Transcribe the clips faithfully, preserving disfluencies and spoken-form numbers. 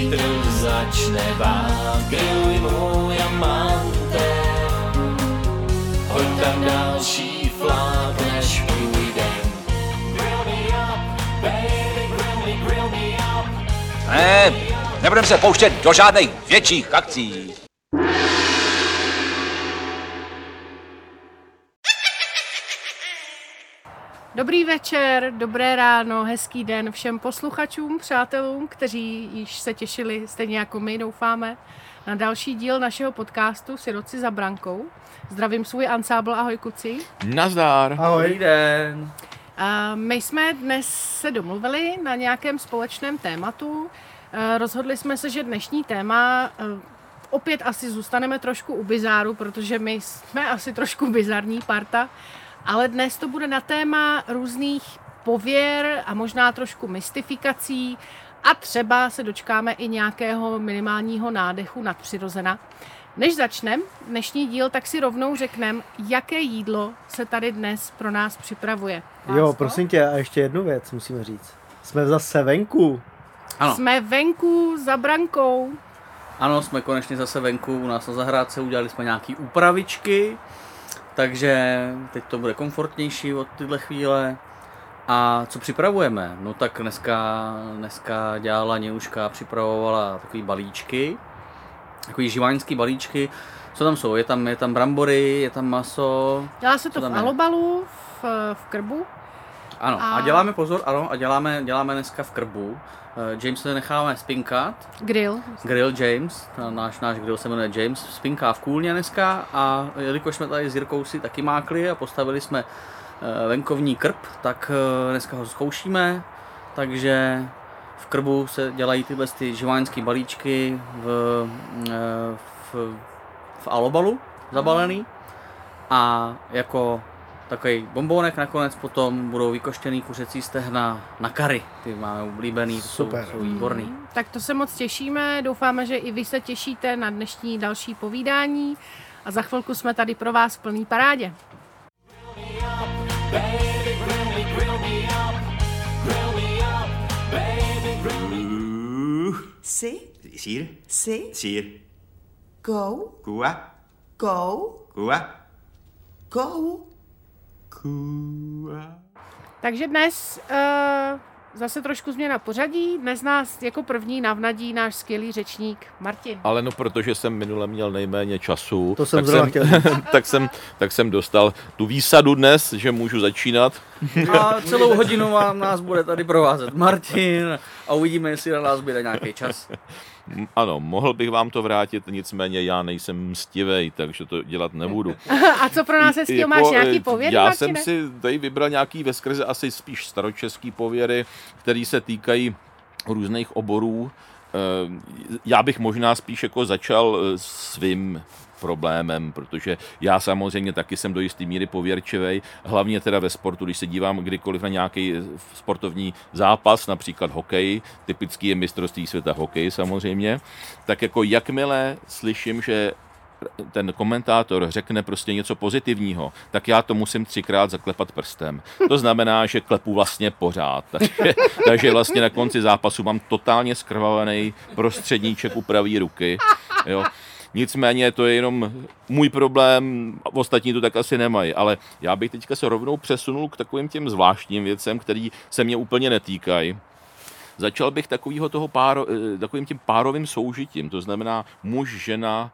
vítr začne vát, griluj můj amante. Hoď tam další flák, než půjdem. Grill me up, baby, grill me, grill me up. Ne, nebudeme se pouštět do žádných větších akcí. Dobrý večer, dobré ráno, hezký den všem posluchačům, přátelům, kteří již se těšili, stejně jako my doufáme, na další díl našeho podcastu Siroci za brankou. Zdravím svůj ansábl, ahoj kuci. Nazdar. Ahoj. Dobrý den. A my jsme dnes se domluvili na nějakém společném tématu. Rozhodli jsme se, že dnešní téma opět asi zůstaneme trošku u bizáru, protože my jsme asi trošku bizarní parta. Ale dnes to bude na téma různých pověr a možná trošku mystifikací a třeba se dočkáme i nějakého minimálního nádechu nadpřirozena. Než začneme dnešní díl, tak si rovnou řekneme, jaké jídlo se tady dnes pro nás připravuje. Lásko? Jo, prosím tě, a ještě jednu věc musíme říct. Jsme zase venku. Ano. Jsme venku za brankou. Ano, jsme konečně zase venku, u nás na zahrádce udělali jsme nějaký úpravičky, takže teď to bude komfortnější od tyhle chvíle. A co připravujeme? No tak dneska, dneska dělala Něnuška, připravovala takový balíčky, takový živáňský balíčky. Co tam jsou? Je tam, je tam brambory, je tam maso. Dělá se to tam v je? alobalu, v, v krbu. Ano, a... A- a děláme pozor, ano, a děláme, děláme dneska v krbu. James se necháváme spinkat. Grill. Grill James, náš, náš grill se jmenuje James, spinká v kůlně dneska a jelikož jsme tady s Jirkou si taky mákli a postavili jsme venkovní krb, tak dneska ho zkoušíme, takže v krbu se dělají tyhle ty živáňský balíčky v, v, v alobalu zabalený a jako takový bombónek nakonec potom budou vykoštěný kuřecí stehna na curry. Ty máme oblíbený, to jsou, jsou výborný. Tak to se moc těšíme, doufáme, že i vy se těšíte na dnešní další povídání a za chvilku jsme tady pro vás v plný parádě. Si, Sír, si, sír, go, kua, go, kua, go. kua. Takže dnes uh, zase trošku změna pořadí. Dnes nás jako první navnadí náš skvělý řečník Martin. Ale no, protože jsem minule měl nejméně času, To jsem tak, zrovna jsem, chtěl. tak, jsem, tak jsem dostal tu výsadu dnes, že můžu začínat. A celou hodinu vám nás bude tady provázet Martin a uvidíme, jestli na nás bude nějaký čas. Ano, mohl bych vám to vrátit, nicméně já nejsem mstivej, takže to dělat nebudu. A co pro nás hezkýho, máš Jako, nějaký eh, pověry, Já Martine? jsem si tady vybral nějaký veskrze asi spíš staročeský pověry, které se týkají různých oborů. Eh, Já bych možná spíš jako začal eh, svým problémem, protože já samozřejmě taky jsem do jistý míry pověrčivej, hlavně teda ve sportu, když se dívám kdykoliv na nějaký sportovní zápas, například hokej, typický je mistrovství světa hokej samozřejmě, tak jako jakmile slyším, že ten komentátor řekne prostě něco pozitivního, tak já to musím třikrát zaklepat prstem. To znamená, že klepu vlastně pořád. Takže, takže vlastně na konci zápasu mám totálně skrvavený prostředníček u pravý ruky. Jo. Nicméně to je jenom můj problém, ostatní to tak asi nemají, ale já bych teďka se rovnou přesunul k takovým těm zvláštním věcem, který se mě úplně netýkají. Začal bych takovýho toho páro, takovým tím párovým soužitím, to znamená muž, žena,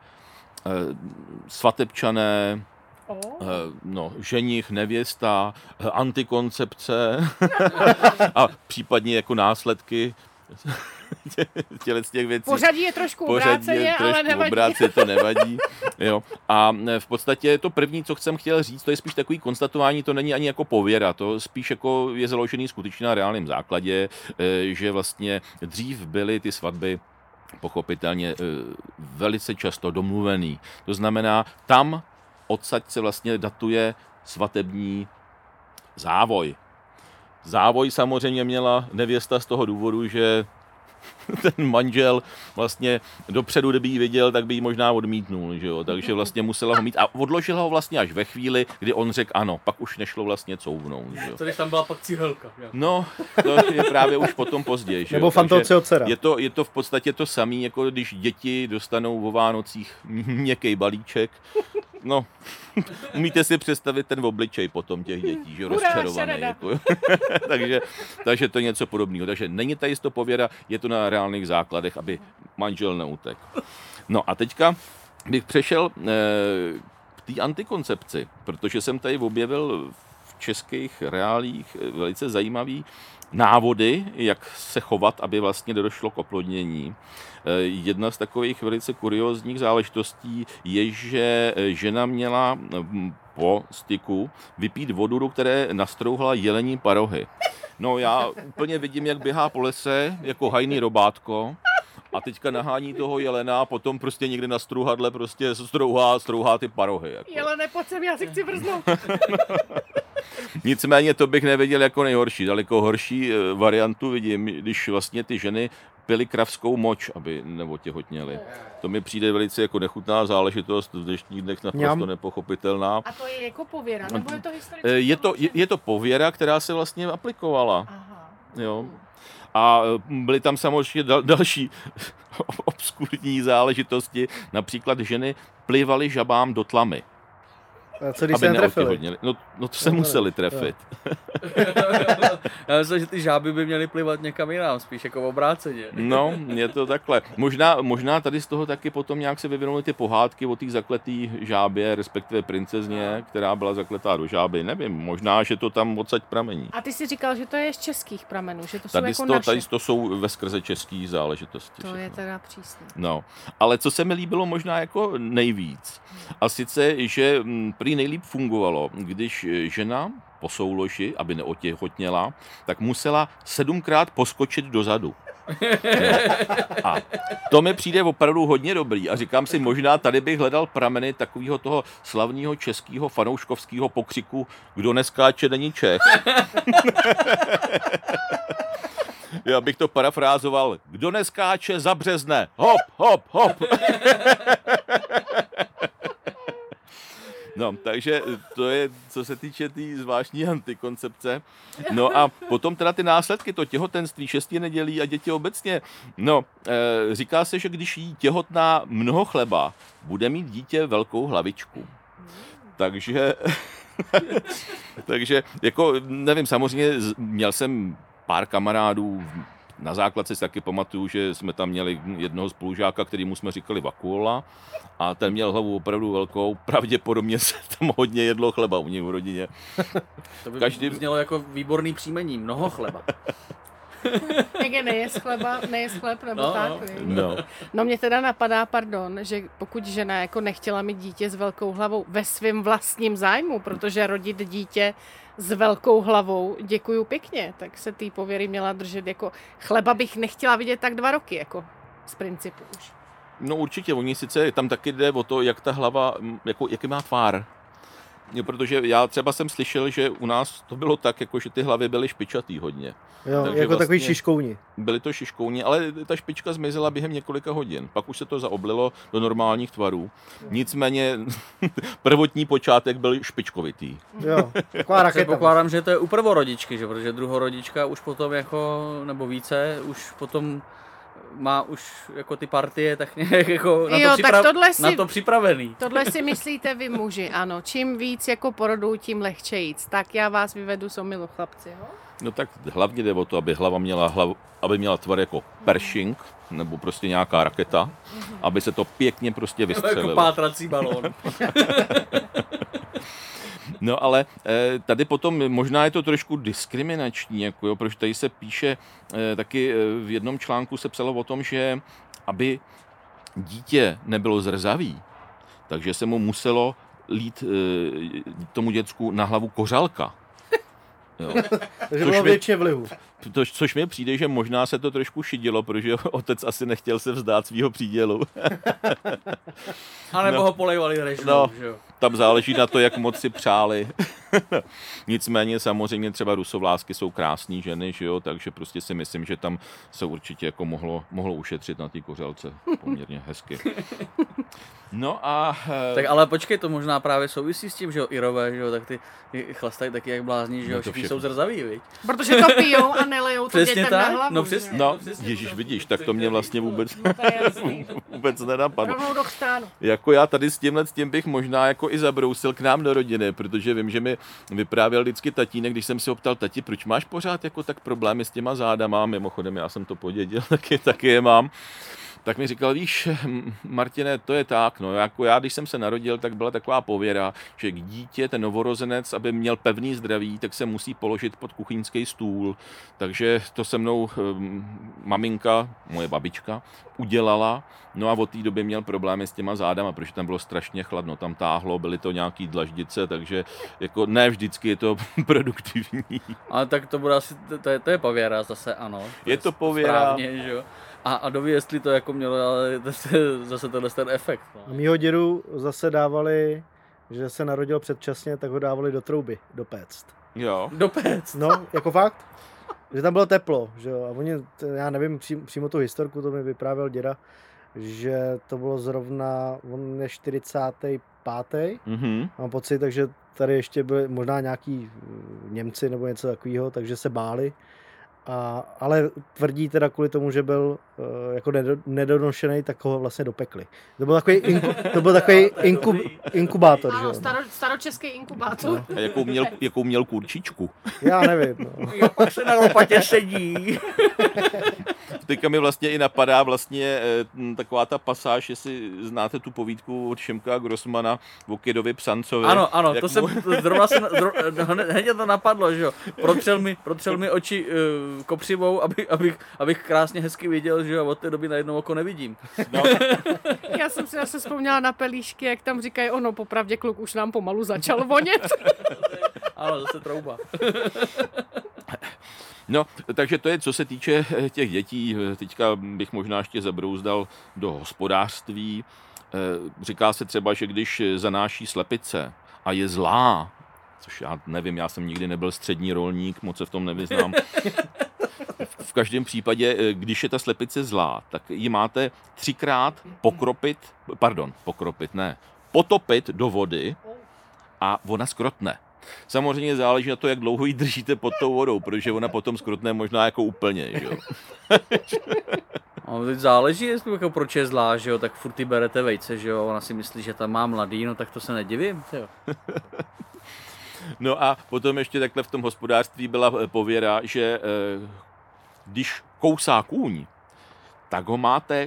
svatebčané, no, ženich, nevěsta, antikoncepce a případně jako následky těchto těch věcí. Pořadí je trošku obráceně, ale nevadí. Obráceně, to nevadí. Jo. A v podstatě to první, co jsem chtěl říct, to je spíš takový konstatování, to není ani jako pověra, to spíš jako je založený skutečně na reálném základě, že vlastně dřív byly ty svatby pochopitelně velice často domluvený. To znamená, tam odsaď se vlastně datuje svatební závoj. Závoj samozřejmě měla nevěsta z toho důvodu, že ten manžel vlastně dopředu, kdyby ji viděl, tak by ji možná odmítnul, že jo? Takže vlastně musela ho mít a odložila ho vlastně až ve chvíli, kdy on řekl ano, pak už nešlo vlastně couvnout, že jo? Co když tam byla pak cihelka. No, to je právě už potom později, že jo? Nebo Fantozio dcera. Je to, je to v podstatě to samé, jako když děti dostanou o Vánocích měkký balíček. No, umíte si představit ten obličej potom těch dětí, že rozčarovaný. Jako. takže, takže to je něco podobného. Takže není tady to pověra, je to na reálných základech, aby manžel neutek. No a teďka bych přešel eh, k té antikoncepci, protože jsem tady objevil v českých reálích velice zajímavý návody, jak se chovat, aby vlastně došlo k oplodnění. Jedna z takových velice kuriózních záležitostí je, že žena měla po styku vypít vodu, do které nastrouhla jelení parohy. No já úplně vidím, jak běhá po lese jako hajný robátko a teďka nahání toho jelena a potom prostě někde na struhadle prostě strouhá, strouhá ty parohy. Jako. Jelene, pojď sem, já si chci vrznout. Nicméně to bych neviděl jako nejhorší. Daleko horší variantu vidím, když vlastně ty ženy pili kravskou moč, aby neotěhotněly. To mi přijde velice jako nechutná záležitost, v dnešních dnech naprosto nepochopitelná. A to je jako pověra, nebo je to historické? Je to, je, je to pověra, která se vlastně aplikovala. Aha. Jo. A byly tam samozřejmě dal, další obskurní záležitosti, například ženy plivaly žabám do tlamy. A co když se netrefili? No, no to se no, museli trefit. Já myslím, že ty žáby by měly plivat někam jinam, spíš jako v obráceně. No, je to takhle. Možná, možná tady z toho taky potom nějak se vyvinuly ty pohádky o té zakletý žábě, respektive princezně, která byla zakletá do žáby. Nevím, možná, že to tam odsaď pramení. A ty jsi říkal, že to je z českých pramenů, že to jsou tady jako to, naše. Tady to jsou veskrze český záležitosti. To všechno. je teda přísné. No, ale co se mi líbilo možná jako nejvíc, a sice, že prý nejlíp fungovalo, když žena po souloži, aby neotěhotněla, tak musela sedmkrát poskočit dozadu. A to mi přijde opravdu hodně dobrý a říkám si, možná tady bych hledal prameny takového toho slavného českého fanouškovského pokřiku, kdo neskáče, není Čech. Já bych to parafrázoval, kdo neskáče, zabřezne, hop, hop, hop. No, takže to je, co se týče té tý zvláštní antikoncepce. No a potom teda ty následky, to těhotenství, šesti nedělí a děti obecně. No, e, říká se, že když jí těhotná mnoho chleba, bude mít dítě velkou hlavičku. Takže, takže jako, nevím, samozřejmě měl jsem pár kamarádů, na základce si taky pamatuju, že jsme tam měli jednoho spolužáka, kterýmu jsme říkali Vakuola a ten měl hlavu opravdu velkou, pravděpodobně se tam hodně jedlo chleba u něj v rodině. To by Každý... znělo jako výborný příjmení, mnoho chleba. Jak je nejez chleba, nejez chleb, nebo no, tak. No. No. no mě teda napadá, pardon, že pokud žena jako nechtěla mít dítě s velkou hlavou ve svém vlastním zájmu, protože rodit dítě s velkou hlavou, děkuju pěkně, tak se té pověry měla držet jako chleba bych nechtěla vidět tak dva roky, jako z principu už. No určitě, oni sice, tam taky jde o to, jak ta hlava, jako, jaký má tvár. Jo, protože já třeba jsem slyšel, že u nás to bylo tak, jako, že ty hlavy byly špičatý hodně. Jo, takže jako vlastně takový šiškouni. Byly to šiškouni, ale ta špička zmizela během několika hodin. Pak už se to zaoblilo do normálních tvarů. Nicméně prvotní počátek byl špičkovitý. Jo, taková raketa. Předpokládám, že to je u prvorodičky, že? Protože druhorodička už potom jako, nebo více, už potom má už jako ty partie tak nějak jako na, jo, to, připra- si, na to připravený. Tohle si myslíte vy muži, ano. Čím víc jako porodů, tím lehčejíc. Tak já vás vyvedu z omylu, chlapci. Jo? No tak hlavně jde o to, aby hlava měla, hlavu, aby měla tvar jako Pershing, nebo prostě nějaká raketa, aby se to pěkně prostě vystřelilo. Jako pátrací balón. No ale e, tady potom možná je to trošku diskriminační, jako jo, protože tady se píše, e, taky v jednom článku se psalo o tom, že aby dítě nebylo zrzavý, takže se mu muselo lít e, tomu děcku na hlavu kořalka. Jo. Takže bylo většině vlivu. To, což mi přijde, že možná se to trošku šidilo, protože otec asi nechtěl se vzdát svýho přídělu. A nebo no, ho polejvali režimem, no, že jo? tam záleží na to, jak moc si přáli. Nicméně samozřejmě třeba rusovlásky jsou krásný ženy, že jo, takže prostě si myslím, že tam se určitě jako mohlo, mohlo ušetřit na té kořelce poměrně hezky. No a... Tak ale počkej, to možná právě souvisí s tím, že jo, Irové, že jo, tak ty chlastají taky jak blázní, že jo, No to všichni všechno. jsou zrzaví, viď? Protože to pijou a nelejou to Přesně dětem tak, na hlavu. no přesně. No, No, přesně, ježíš, to- vidíš, tak to mě vlastně vůbec, No to je jasný. vůbec nenapadlo. Rovnou do chřtánu. Jako já tady s tímhle s tím bych možná jako i zabrousil k nám do rodiny, protože vím, že mi vyprávěl vždycky tatínek, když jsem se ho ptal, tati, proč máš pořád jako tak problémy s těma zádama, mimochodem já jsem to podědil, taky, taky je mám. Tak mi říkal, víš, Martine, to je tak, no, jako já, když jsem se narodil, tak byla taková pověra, že k dítě, ten novorozenec, aby měl pevný zdraví, tak se musí položit pod kuchyňský stůl. Takže to se mnou um, maminka, moje babička, udělala. No a od té doby měl problémy s těma zádama, protože tam bylo strašně chladno, tam táhlo, byly to nějaký dlaždice, takže jako ne vždycky je to produktivní. Ale tak to bude asi, to je, to je pověra zase, ano. Je to pověra. Správně, že jo. A, a doví, jestli to jako mělo, ale to je zase tenhle ten efekt. A No. mýho dědu zase dávali, že se narodil předčasně, tak ho dávali do trouby, do péct. Jo. Do péct. No, jako fakt, že tam bylo teplo, že jo. A oni, t- já nevím přím, přímo tu historku, to mi vyprávěl děda, že to bylo zrovna, on je čtyřicátý pátý Mhm. Mám pocit, takže tady ještě byli možná nějaký Němci nebo něco takového, takže se báli. A, ale tvrdí teda kvůli tomu, že byl uh, jako nedo, nedonošený, tak ho vlastně dopekli. To byl takový, inku, to byl takový inkub, inkubátor, že Ano, jo. staro, staročeský inkubátor. A jakou měl, jakou měl kurčičku? Já nevím, no. Jo, pak se na lopatě sedí. Teďka mi vlastně i napadá vlastně eh, m, taková ta pasáž, jestli znáte tu povídku od Šimka Grossmana o Kidovi Psancovi. Ano, ano, Jak to mu- jsem, to zrovna se, zrovna, hned hned to napadlo, že jo. Protřel mi, protřel mi oči uh, kopřivou, aby, abych, abych krásně hezky viděl, že jo, a od té doby na jedno oko nevidím. No, Já jsem si zase vzpomněla na pelíšky, jak tam říkají, ono, popravdě kluk už nám pomalu začal vonět. Ano, zase trouba. no, takže to je, co se týče eh, těch dětí. Teďka bych možná ještě zabrouzdal do hospodářství. Eh, Říká se třeba, že když zanáší slepice a je zlá, což já nevím, já jsem nikdy nebyl střední rolník, moc se v tom nevyznám. V každém případě, eh, když je ta slepice zlá, tak ji máte třikrát pokropit, pardon, pokropit, ne, potopit do vody a ona skrotne. Samozřejmě záleží na to, jak dlouho ji držíte pod tou vodou, protože ona potom skrotne možná jako úplně, že jo. No, teď záleží, jestli jako proč je zlá, že jo, tak furt ty berete vejce, že jo, ona si myslí, že tam má mladý, no tak to se nedivím, jo. No a potom ještě takhle v tom hospodářství byla eh, pověra, že eh, když kousá kůň, tak ho máte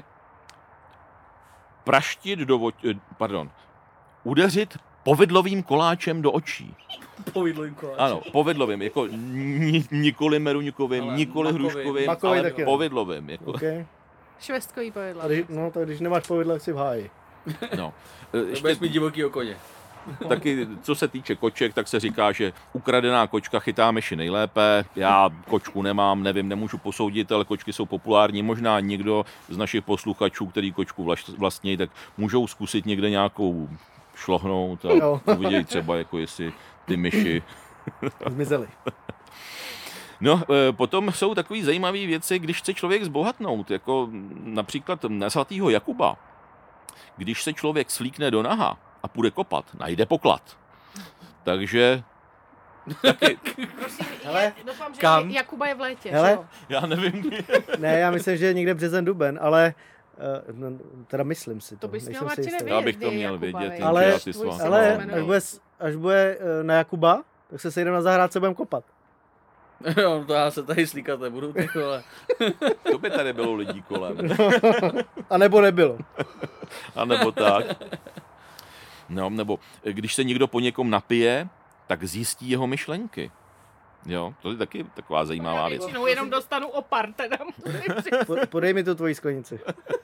praštit do vod- eh, pardon, udeřit povidlovým koláčem do očí. Povidlovým koláčem. Ano, povidlovým, jako ni- nikoli meruňkovým, Ale nikoli makovým. hruškovým, Makový ale taky ne. povidlovým. Jako, Okay. Švestkový pojedla. A když, no, tak když nemáš povidle, tak si v háji. no. Eh, To Ještě budeš mít divokýho koně. taky, co se týče koček, tak se říká, že ukradená kočka chytá myši nejlépe. Já kočku nemám, nevím, nemůžu posoudit, ale kočky jsou populární. Možná někdo z našich posluchačů, který kočku vlaš- vlastní, tak můžou zkusit někde nějakou šlohnout a Jo. uvidějí třeba, jako jestli ty myši. Zmizeli. No, e, potom jsou takové zajímavé věci, když chce člověk zbohatnout, jako například na svatýho Jakuba. Když se člověk slíkne do naha a půjde kopat, najde poklad. Takže taky, Prosím, Hele, je, doufám, že kam? Jakuba je v létě, Hele. že jo? já nevím, Ne, já myslím, že je někde březen, duben, ale uh, no, teda myslím si to. To bys měl, nejsem si Martine, jistý. vědět. Já bych to kdy je měl Jakuba, vědět, viď? jenže Ale- já si s Tvůj vámi- syn Ale se jmenuje. až bude, až bude eh, na Jakuba, tak se sejdeme na zahrádce, budeme kopat. Jo, to já se tady slíkat nebudu, ty vole. To by tady bylo lidí kolem. A nebo nebylo. A nebo tak. No, nebo když se někdo po někom napije, tak zjistí jeho myšlenky. Jo, to je taky taková zajímavá Já věc. většinou jenom dostanu opar, teda. Po- Podej mi tu tvoji sklenici.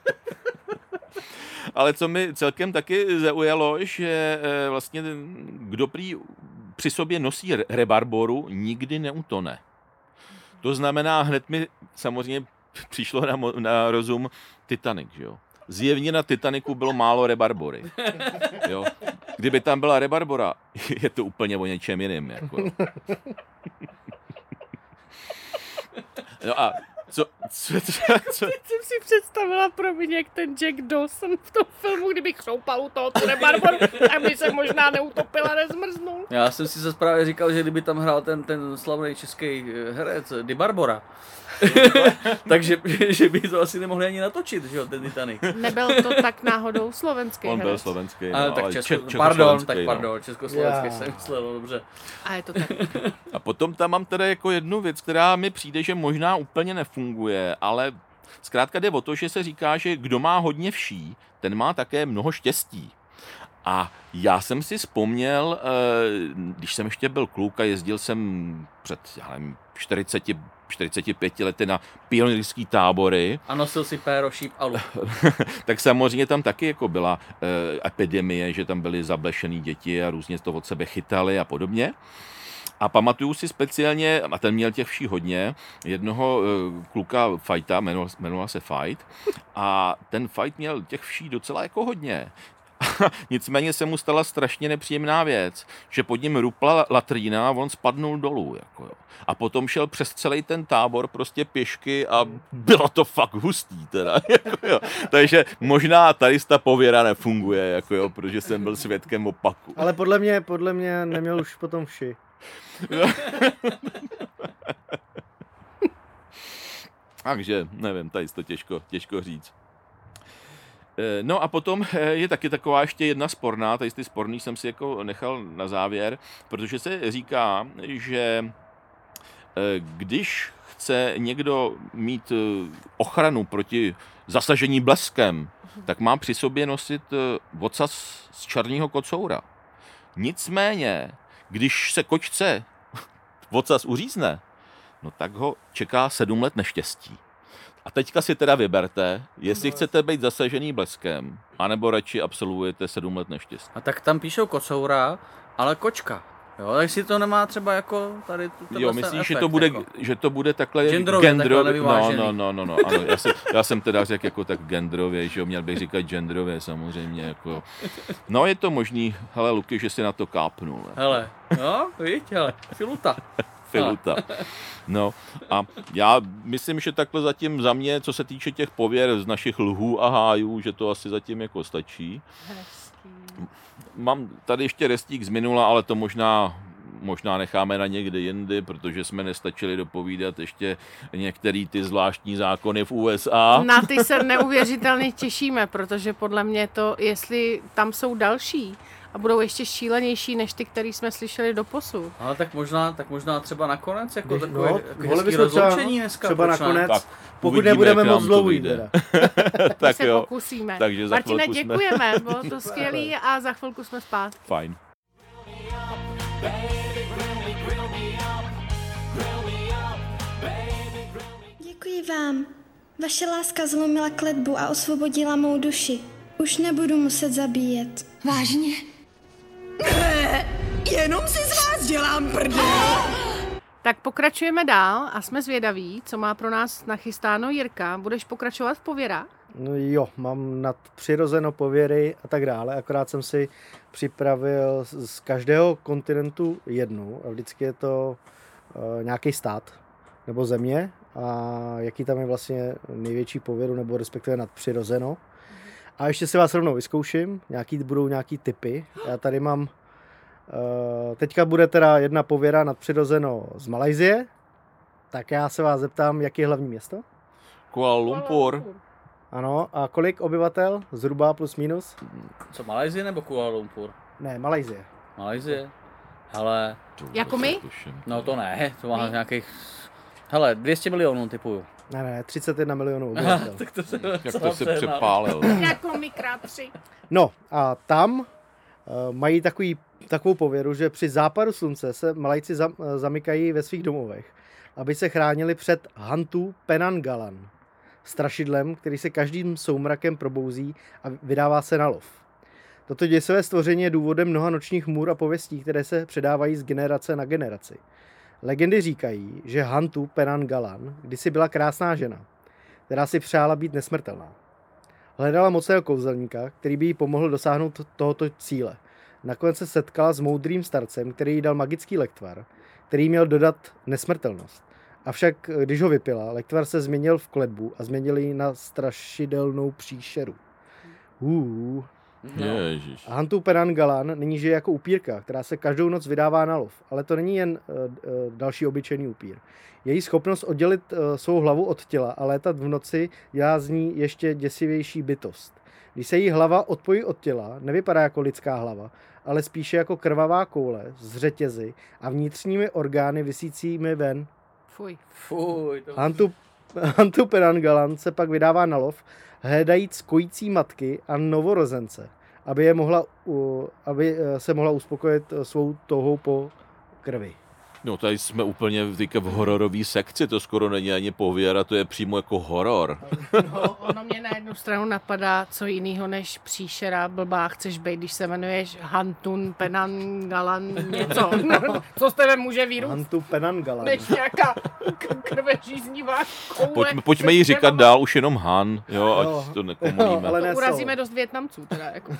Ale co mi celkem taky zaujalo, že eh, vlastně kdo prý při sobě nosí re- rebarboru, nikdy neutone. To znamená, hned mi samozřejmě přišlo na, mo- na rozum Titanic, že jo. Zjevně na Titaniku bylo málo rebarbory. Jo. kdyby tam byla rebarbora, je to úplně o něčem jiným. Jako. No a co, co, co, co? Teď jsem si představila, promiň, jak ten Jack Dawson v tom filmu, kdybych chroupal u toho tu rebarboru, tak by se možná neutopil a nezmrznul. Já jsem si se právě říkal, že kdyby tam hrál ten, ten slavný český herec Di Barbora, takže že by to asi nemohli ani natočit, že jo, ten Titanic. Nebyl to tak náhodou slovenský On byl herec. slovenský, Ale no, tak ale česko, če- pardon, tak no. pardon, československý Já. jsem myslel, no, dobře. A je to tak. A potom tam mám teda jako jednu věc, která mi přijde, že možná úplně nefunguje, ale zkrátka jde o to, že se říká, že kdo má hodně vší, ten má také mnoho štěstí. A já jsem si vzpomněl, když jsem ještě byl kluk a jezdil jsem před já nevím, čtyřicet, čtyřicet pět lety na pionýrský tábory. A nosil si péro, šíp a luk. Tak samozřejmě tam taky jako byla epidemie, že tam byly zablešený děti a různě to od sebe chytali a podobně. A pamatuju si speciálně, a ten měl těch vší hodně, jednoho kluka Fighta, jmenoval, jmenoval se Fight, a ten Fight měl těch vší docela jako hodně. Nicméně se mu stala strašně nepříjemná věc, že pod ním rupla latrína a on spadnul dolů. Jako jo. A potom šel přes celý ten tábor prostě pěšky a bylo to fakt hustý teda. Jako jo. Takže možná tady ta pověra nefunguje, jako jo, protože jsem byl svědkem opaku. Ale podle mě, podle mě neměl už potom vši. Takže nevím, tady to těžko, těžko říct. No a potom je taky taková ještě jedna sporná, tady ty sporný jsem si jako nechal na závěr, protože se říká, že když chce někdo mít ochranu proti zasažení bleskem, tak má při sobě nosit ocas z černého kocoura. Nicméně, když se kočce ocas uřízne, no tak ho čeká sedm let neštěstí. A teďka si teda vyberte, jestli chcete být zasažený bleskem, anebo radši absolvujete sedm let neštěstí. A tak tam píšou kocoura, ale kočka. Jo, tak si to nemá třeba jako tady tu Jo, myslíš, že to bude, jako. že to bude takhle Genderově, gendro... takhle no, nevyvážený. no, no, no, no, ano, já, se, já jsem teda řekl jako tak genderově, že jo, měl bych říkat genderově samozřejmě, jako. No, je to možný, hele, Luky, že si na to kápnul. Hele, no, vidíš, hele, filuta. Filuta. No a já myslím, že takhle zatím za mě, co se týče těch pověr z našich lhů a hájů, že to asi zatím jako stačí. Mám tady ještě restík z minula, ale to možná, možná necháme na někde jindy, protože jsme nestačili dopovídat ještě některé ty zvláštní zákony v U S A. Na ty se neuvěřitelně těšíme, protože podle mě to, jestli tam jsou další a budou ještě šílenější než ty, který jsme slyšeli doposud. Ale tak možná, tak možná třeba nakonec, jako Když- takové no, jako mohli hezký bychom třeba- rozloučení dneska. třeba proč ne? nakonec. Tak, Pokud uvidíme, nebudeme jak nám moc to dlouhý. vyjde. Teda. Tak se jo, pokusíme. takže za Martine, chvilku jsme- děkujeme, bylo to skvělý a za chvilku jsme zpátky. fajn. Děkuji vám. Vaše láska zlomila kletbu a osvobodila mou duši. Už nebudu muset zabíjet. Vážně? Ne, jenom si z vás dělám prdel. Tak pokračujeme dál a jsme zvědaví, co má pro nás nachystáno Jirka. Budeš pokračovat v pověrách? No jo, mám nadpřirozeno pověry a tak dále, akorát jsem si připravil z z každého kontinentu jednu a vždycky je to uh, nějaký stát nebo země a jaký tam je vlastně největší pověru nebo respektive nadpřirozeno. A ještě si vás rovnou vyzkouším, nějaký, budou nějaký typy. Já tady mám, uh, teďka bude teda jedna pověra nadpřirozeno z Malajsie, tak já se vás zeptám, jaký je hlavní město? Kuala Lumpur. Ano, a kolik obyvatel? Zhruba plus minus? Co, Malajzie nebo Kuala Lumpur? Ne, Malajsie. Malajzie? Hele, Jako my? no to ne, to má My? nějakých... Hele, dvě stě milionů typuju. Ne, ne, třicet jedna milionů obyvatel. Tak to se Jak to se přepálil. Jako my krát tři. No a tam uh, mají takový, takovou pověru, že při západu slunce se Malajci zam, uh, zamykají ve svých domovech, aby se chránili před Hantu Penanggalan, strašidlem, který se každým soumrakem probouzí a vydává se na lov. Toto děsivé stvoření je důvodem mnoha nočních můr a pověstí, které se předávají z generace na generaci. Legendy říkají, že Hantu Penanggalan kdysi byla krásná žena, která si přála být nesmrtelná. Hledala mocného kouzelníka, který by jí pomohl dosáhnout tohoto cíle. Nakonec se setkala s moudrým starcem, který jí dal magický lektvar, který měl dodat nesmrtelnost. Avšak, když ho vypila, lektvar se změnil v kletbu a změnil ji na strašidelnou příšeru. Uh. No. Ježiš. Hantu Penangalan nyní žije jako upírka, která se každou noc vydává na lov. Ale to není jen uh, uh, další obyčejný upír. Její schopnost oddělit uh, svou hlavu od těla a létat v noci dělá z ní ještě děsivější bytost. Když se jí hlava odpojí od těla, nevypadá jako lidská hlava, ale spíše jako krvavá koule z řetězy a vnitřními orgány visícími ven. Fuj. Fuj. To... Hantu, Hantu Penangalan se pak vydává na lov, hledajíc kojící matky a novorozence, aby, je mohla, uh, aby se mohla uspokojit svou touhou po krvi. No tady jsme úplně v, v hororové sekci, to skoro není ani pověra, to je přímo jako horor. No, ono mě na jednu stranu napadá, co jiného než příšera blbá chceš být, když se jmenuješ Hantun Penangalan něco. No, co z tebe může vyrůst? Hantu Penangalan. Než nějaká krvežíznivá koule. Pojďme, pojďme jí říkat dál už jenom Han, jo, ať jo, to nekomolíme. ale to urazíme dost Vietnamců teda. Jako.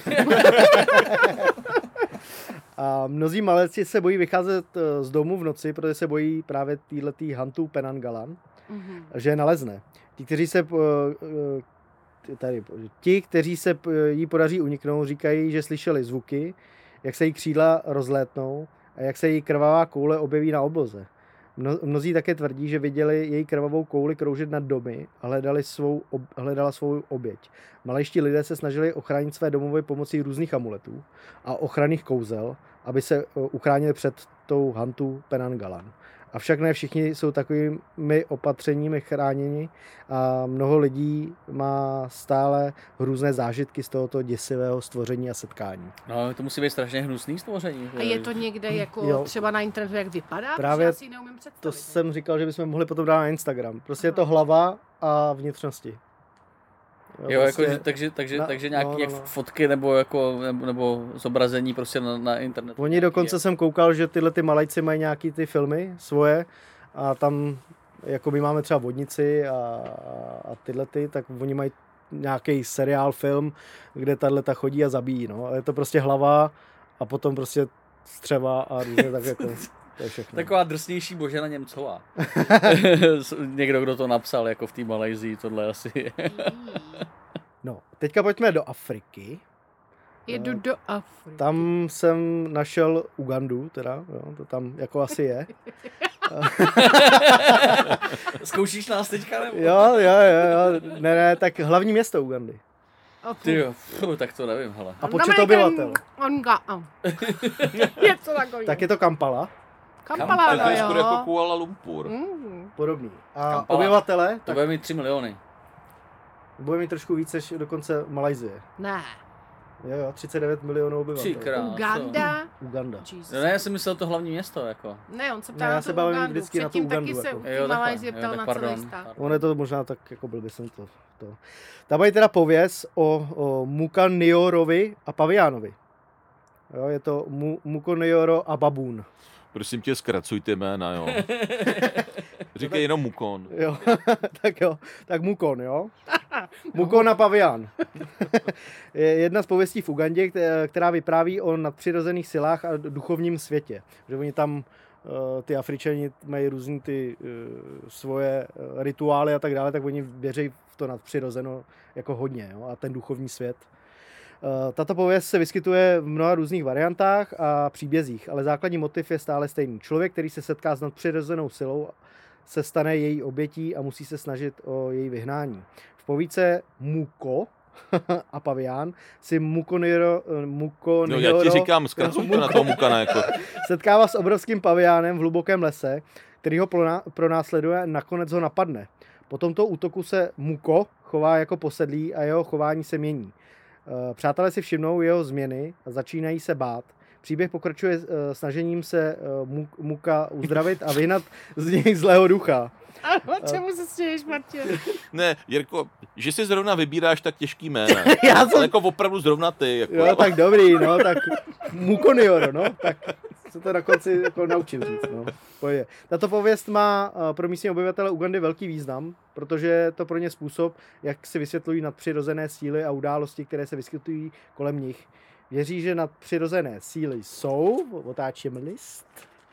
A mnozí maleci se bojí vycházet z domu v noci, protože se bojí právě týhletý Hantu Penangalan, mm-hmm. že je nalezne. Ti, kteří se tady, ti, kteří se jí podaří uniknout, říkají, že slyšeli zvuky, jak se jí křídla rozlétnou a jak se jí krvavá koule objeví na obloze. Mno, mnozí také tvrdí, že viděli její krvavou kouli kroužit nad domy a hledali svou, ob, hledala svou oběť. Malejští lidé se snažili ochránit své domovy pomocí různých amuletů a ochranných kouzel, aby se uchránili před tou Hantu Penangalan. Avšak ne všichni jsou takovými opatřeními chráněni a mnoho lidí má stále různé zážitky z tohoto děsivého stvoření a setkání. No, to musí být strašně hnusný stvoření. A je to někde jako jo. třeba na internetu, jak vypadá? Právě já si neumím představit. To jsem říkal, že bychom mohli potom dát na Instagram. Prostě je to hlava a vnitřnosti. Jo, jo prostě jako, takže, takže, na, takže nějaké no, no, no. fotky nebo, jako, nebo, nebo zobrazení prostě na, na internetu. Oni dokonce je. Jsem koukal, že tyhle ty malajci mají nějaký ty filmy svoje a tam, jako my máme třeba Vodnici a, a tyhle ty, tak oni mají nějaký seriál, film, kde tato chodí a zabíjí. No. A je to prostě hlava a potom prostě střeva a různě tak jako... To je všechno. Taková drsnější Božena Němcová. Někdo, kdo to napsal, jako v té Malajsii, tohle asi. No, teďka pojďme do Afriky. Jedu do Afriky. Tam jsem našel Ugandu, teda, jo, to tam jako asi je. Zkoušíš nás teďka, nebo? Jo, jo, jo, jo, ne, ne, tak hlavní město Ugandy. Ty jo, tak to nevím, hele. A počet obyvatel. Je to takový. Tak je to Kampala. Kampala, no to je jo. skoro jako Kuala Lumpur. Mm. Podobný. A Kampala. obyvatele? To bude mít tři miliony. Bude mít trošku víc než dokonce Malajsie. Ne. Jo, jo, třicet devět milionů obyvatel. Uganda. Uganda. No ne, já jsem myslel to hlavní město, jako. Ne, on se ptá ne, na já tu se bavím Ugandu. vždycky na tu Předtím Ugandu. taky se Jako. v Malajsii ptal na celý stát. On je to možná tak, jako blbě jsem to. to. Tam je teda pověst o, o Mukaniorovi a Paviánovi. Jo, je to Mu, Mukonioro a Babun. Prosím tě, zkracujte jména, jo. Říkej jenom Mukon. Jo, tak jo, tak Mukon, jo. Mukon a Pavián. Je jedna z pověstí v Ugandě, která vypráví o nadpřirozených silách a duchovním světě. Že oni tam, ty Afričani mají různý ty svoje rituály a tak dále, tak oni věří v to nadpřirozeno jako hodně, jo, a ten duchovní svět. Tato pověst se vyskytuje v mnoha různých variantách a příbězích, ale základní motiv je stále stejný. Člověk, který se setká s nadpřirozenou silou, se stane její obětí a musí se snažit o její vyhnání. V povídce Muko a Pavián si Mukonioro, Mukonioro no, já ti říkám, zkracujte na toho Mukana. Jako. setkává s obrovským paviánem v hlubokém lese, který ho pronásleduje a nakonec ho napadne. Po tomto útoku se Muko chová jako posedlý a jeho chování se mění. Přátelé si všimnou jeho změny a začínají se bát. Příběh pokračuje snažením se Muka uzdravit a vyhnat z něj zlého ducha. A čemu se stěješ, Martin? Ne, Jirko, že si zrovna vybíráš tak těžký jména. Já jsem... Ale jako opravdu zrovna ty. Jako. Jo, tak dobrý, no, tak Mukonioro, no, tak se to na konci jako naučím říct, no. Pojde. Tato pověst má pro místní obyvatele Ugandy velký význam, protože je to pro ně způsob, jak si vysvětlují nadpřirozené síly a události, které se vyskytují kolem nich. Věří, že nadpřirozené síly jsou, otáčím list,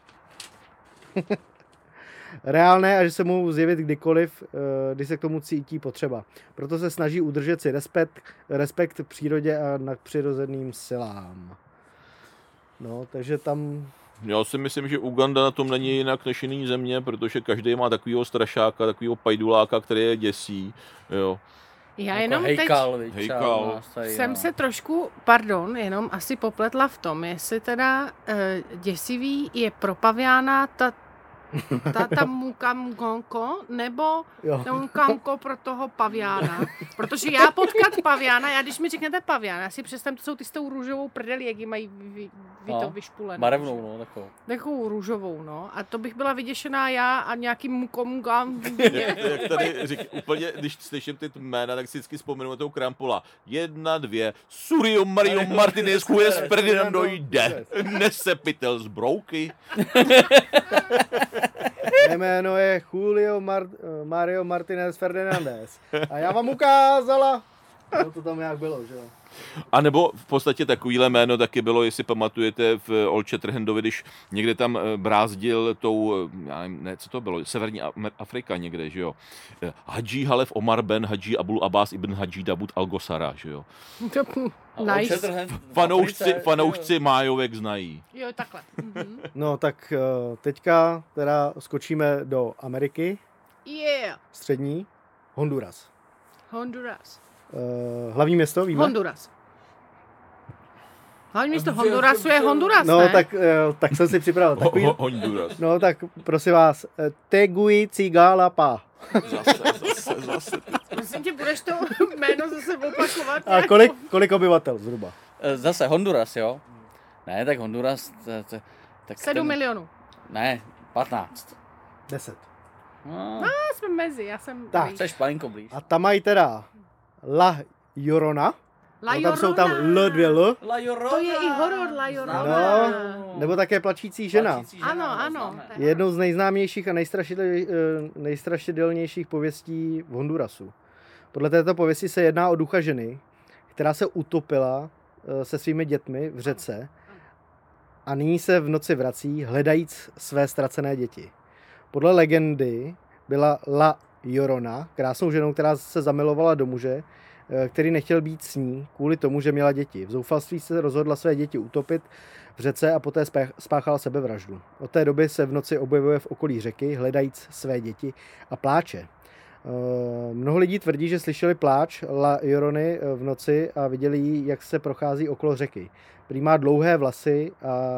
reálné a že se mohou zjevit kdykoliv, když se k tomu cítí potřeba. Proto se snaží udržet si respekt, respekt k přírodě a nadpřirozeným silám. No, takže tam... Já si myslím, že Uganda na tom není jinak než jiný země, protože každý má takovýho strašáka, takovýho pajduláka, který je děsí. Jo. Já jako jenom hejkal, teď hejkal. Tady, jsem no. se trošku, pardon, jenom asi popletla v tom, jestli teda uh, děsivý je pro paviána ta ta tam mukamkonko, nebo mukamko pro toho paviána. Protože já potkat paviána, já když mi řeknete pavián, já si představím, to jsou ty s tou růžovou prdeli, jak ji mají vy, vy, vy no, to vyšpulenou. Barevnou, no, takovou. Takovou růžovou, no. A to bych byla vyděšená já a nějaký mukomgam. Jak tady řík, úplně, když slyším ty jména, tak si vždycky vzpomenu na toho Krampola. Jedna, dvě, Surio Mario Martinez, Juez Ferdinando jde. Nesepitel z brouky. Jméno je Julio Mar- Mario Martinez Ferdinandez. A já vám ukázala. No to tam nějak bylo, že jo. A nebo v podstatě takovýhle jméno taky bylo, jestli pamatujete v Old Shatterhandovi, když někde tam brázdil tou, já nevím, ne, co to bylo, Severní Afrika někde, že jo. Hadži Halef Omar ben Hadži Abul Abbas ibn Hadži Davud Al-Gosara, že jo. Nice. Fanoušci, fanoušci májovek znají. Jo, takhle. Mhm. No tak teďka teda skočíme do Ameriky. Yeah. Střední. Honduras. Honduras. Uh, hlavní město, víme? Honduras. Hlavní město Hondurasu je Honduras, no, ne? tak, uh, tak jsem si připravil takový... Ho, Honduras. No tak prosím vás, Tegucigalpa. Zase, zase, zase. Prosím tě, budeš to jméno zase opakovat? A kolik, kolik obyvatel zhruba? Zase Honduras, jo? Ne, tak Honduras... To, to, tak Sedm ten... milionů. Ne, patnáct. Deset. No, No, jsme mezi, já jsem... Tak. jsi malinko blíž. A tam mají teda La Llorona. La No, tam jsou tam L dvě L. La Llorona. To je i horor La Llorona. No, nebo také Plačící žena. Plačící žena, Ano, no, ano. známe. Je jednou z nejznámějších a nejstrašidel- nejstrašidelnějších pověstí v Hondurasu. Podle této pověsti se jedná o ducha ženy, která se utopila se svými dětmi v řece a nyní se v noci vrací, hledajíc své ztracené děti. Podle legendy byla La Llorona krásnou ženou, která se zamilovala do muže, který nechtěl být s ní kvůli tomu, že měla děti. V zoufalství se rozhodla své děti utopit v řece a poté spáchala sebevraždu. Od té doby se v noci objevuje v okolí řeky, hledajíc své děti a pláče. Mnoho lidí tvrdí, že slyšeli pláč La Llorony v noci a viděli ji, jak se prochází okolo řeky. Prý má dlouhé vlasy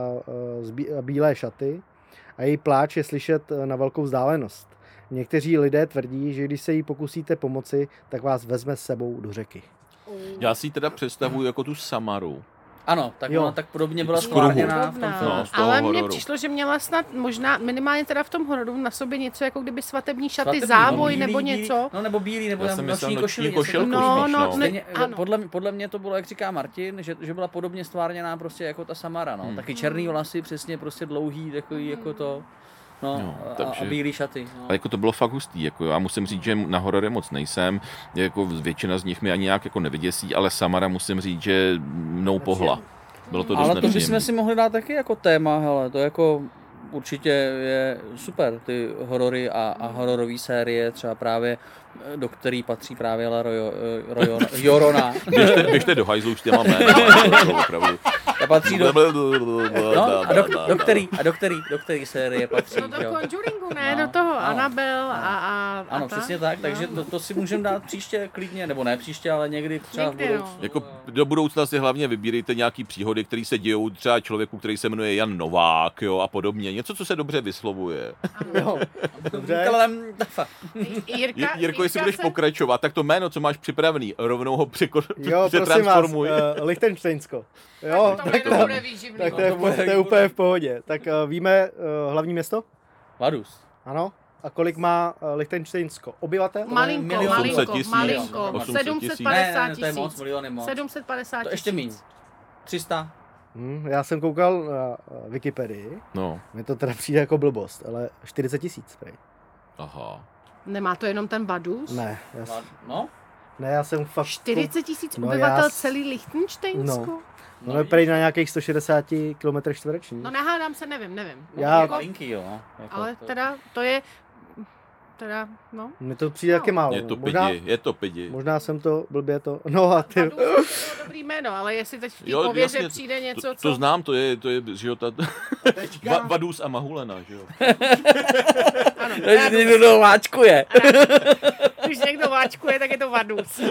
a bílé šaty a její pláč je slyšet na velkou vzdálenost. Někteří lidé tvrdí, že když se jí pokusíte pomoci, tak vás vezme s sebou do řeky. Já si ji teda představuji jako tu Samaru. Ano, tak Jo. ona tak podobně byla Z kruhu. stvárněná v tom Podobná. filmu. No, z toho Ale mně hororu. přišlo, že měla snad možná, minimálně teda v tom hororu, na sobě něco jako kdyby svatební šaty, Svatební, závoj no, bílý, nebo bílý, něco. No nebo bílý, nebo Já jsem myslel noční noční košili. košilku něco No, spíš, no, no. ne, Stejně, ano. podle, podle mě to bylo, jak říká Martin, že, že byla podobně stvárněná prostě jako ta Samara, no. Hmm. Taky černý vlasy, přesně prostě dlouhý, takový jako to, no, No, a, takže- a bílý šaty. No. Ale jako to bylo fakt hustý, jako já musím říct, že na horory moc nejsem, jako většina z nich mi ani nějak jako nevyděsí, ale Samara musím říct, že mnou pohla. Bylo to dost Ale to bychom nepříjemný. si mohli dát taky jako téma, hele, to jako určitě je super, ty horory a, a hororové série, třeba právě, do který patří právě La Rojo, Rojo, Llorona. Běžte, běžte do hajzlu už těma jmény, to opravdu. Ta patří do, no, a do, do, který, a do který, do který série patří, No do jo? Conjuringu, ne? No, do toho ano. Annabelle a, a, a Ano, ta. přesně tak, takže No. to, to si můžeme dát příště klidně, nebo ne příště, ale někdy třeba Někdy, v budoucnu. no. Jako do budoucna si hlavně vybírejte nějaký příhody, které se dějou třeba člověku, který se jmenuje Jan Novák, jo, a podobně. Něco, co se dobře vyslovuje. Jo, dobře. Kalem, tafa. Jirka, J- Jirko, jestli Jirka budeš se- pokračovat, tak to jméno, co máš připravený, rovnou ho překo- Jo, prosím vás, přetransformuj. uh, Lichtensteinsko. Jo, To tak, jméno to, bude výživný. tak to, je, v po- to je úplně v pohodě. Tak uh, víme uh, hlavní město? Vadus. Ano. A kolik má uh, Lichtensteinsko obyvatel? Malinko, milion. osm set malinko, tisíc. malinko. osm set tisíc. Ne, sedm set ne, padesát ne, to je moc, tisíc. milion je moc. sedm set padesát To ještě míň. tisíc. tři sta. Hmm, já jsem koukal na uh, Wikipedii. No, Mně to teda přijde jako blbost, ale čtyřicet tisíc. Prej. aha. Nemá to jenom ten Vadus? Ne, já, s- No, Ne, já jsem fakt... čtyřicet tisíc No, obyvatel já... celý Lichtenštejnsku? No. No, no prej na nějakých sto šedesát kilometrů čtverečních. No nehádám se, nevím, nevím. Já... Jako, Malinky, jo. Jako ale to... teda to je... Teda, no. Mně to přijde taky málo. Je to možná, pidi, je to pidi. Možná jsem to blbě to... No a ty... Vadus bylo dobrý jméno, ale jestli teď v té pověře jasně, přijde něco, to, co... to znám, to je, to je, že jo, ta... Va, Vadus a Mahulena, že jo. Ano, Když někdo váčkuje. Když někdo váčkuje, tak je to Vadus.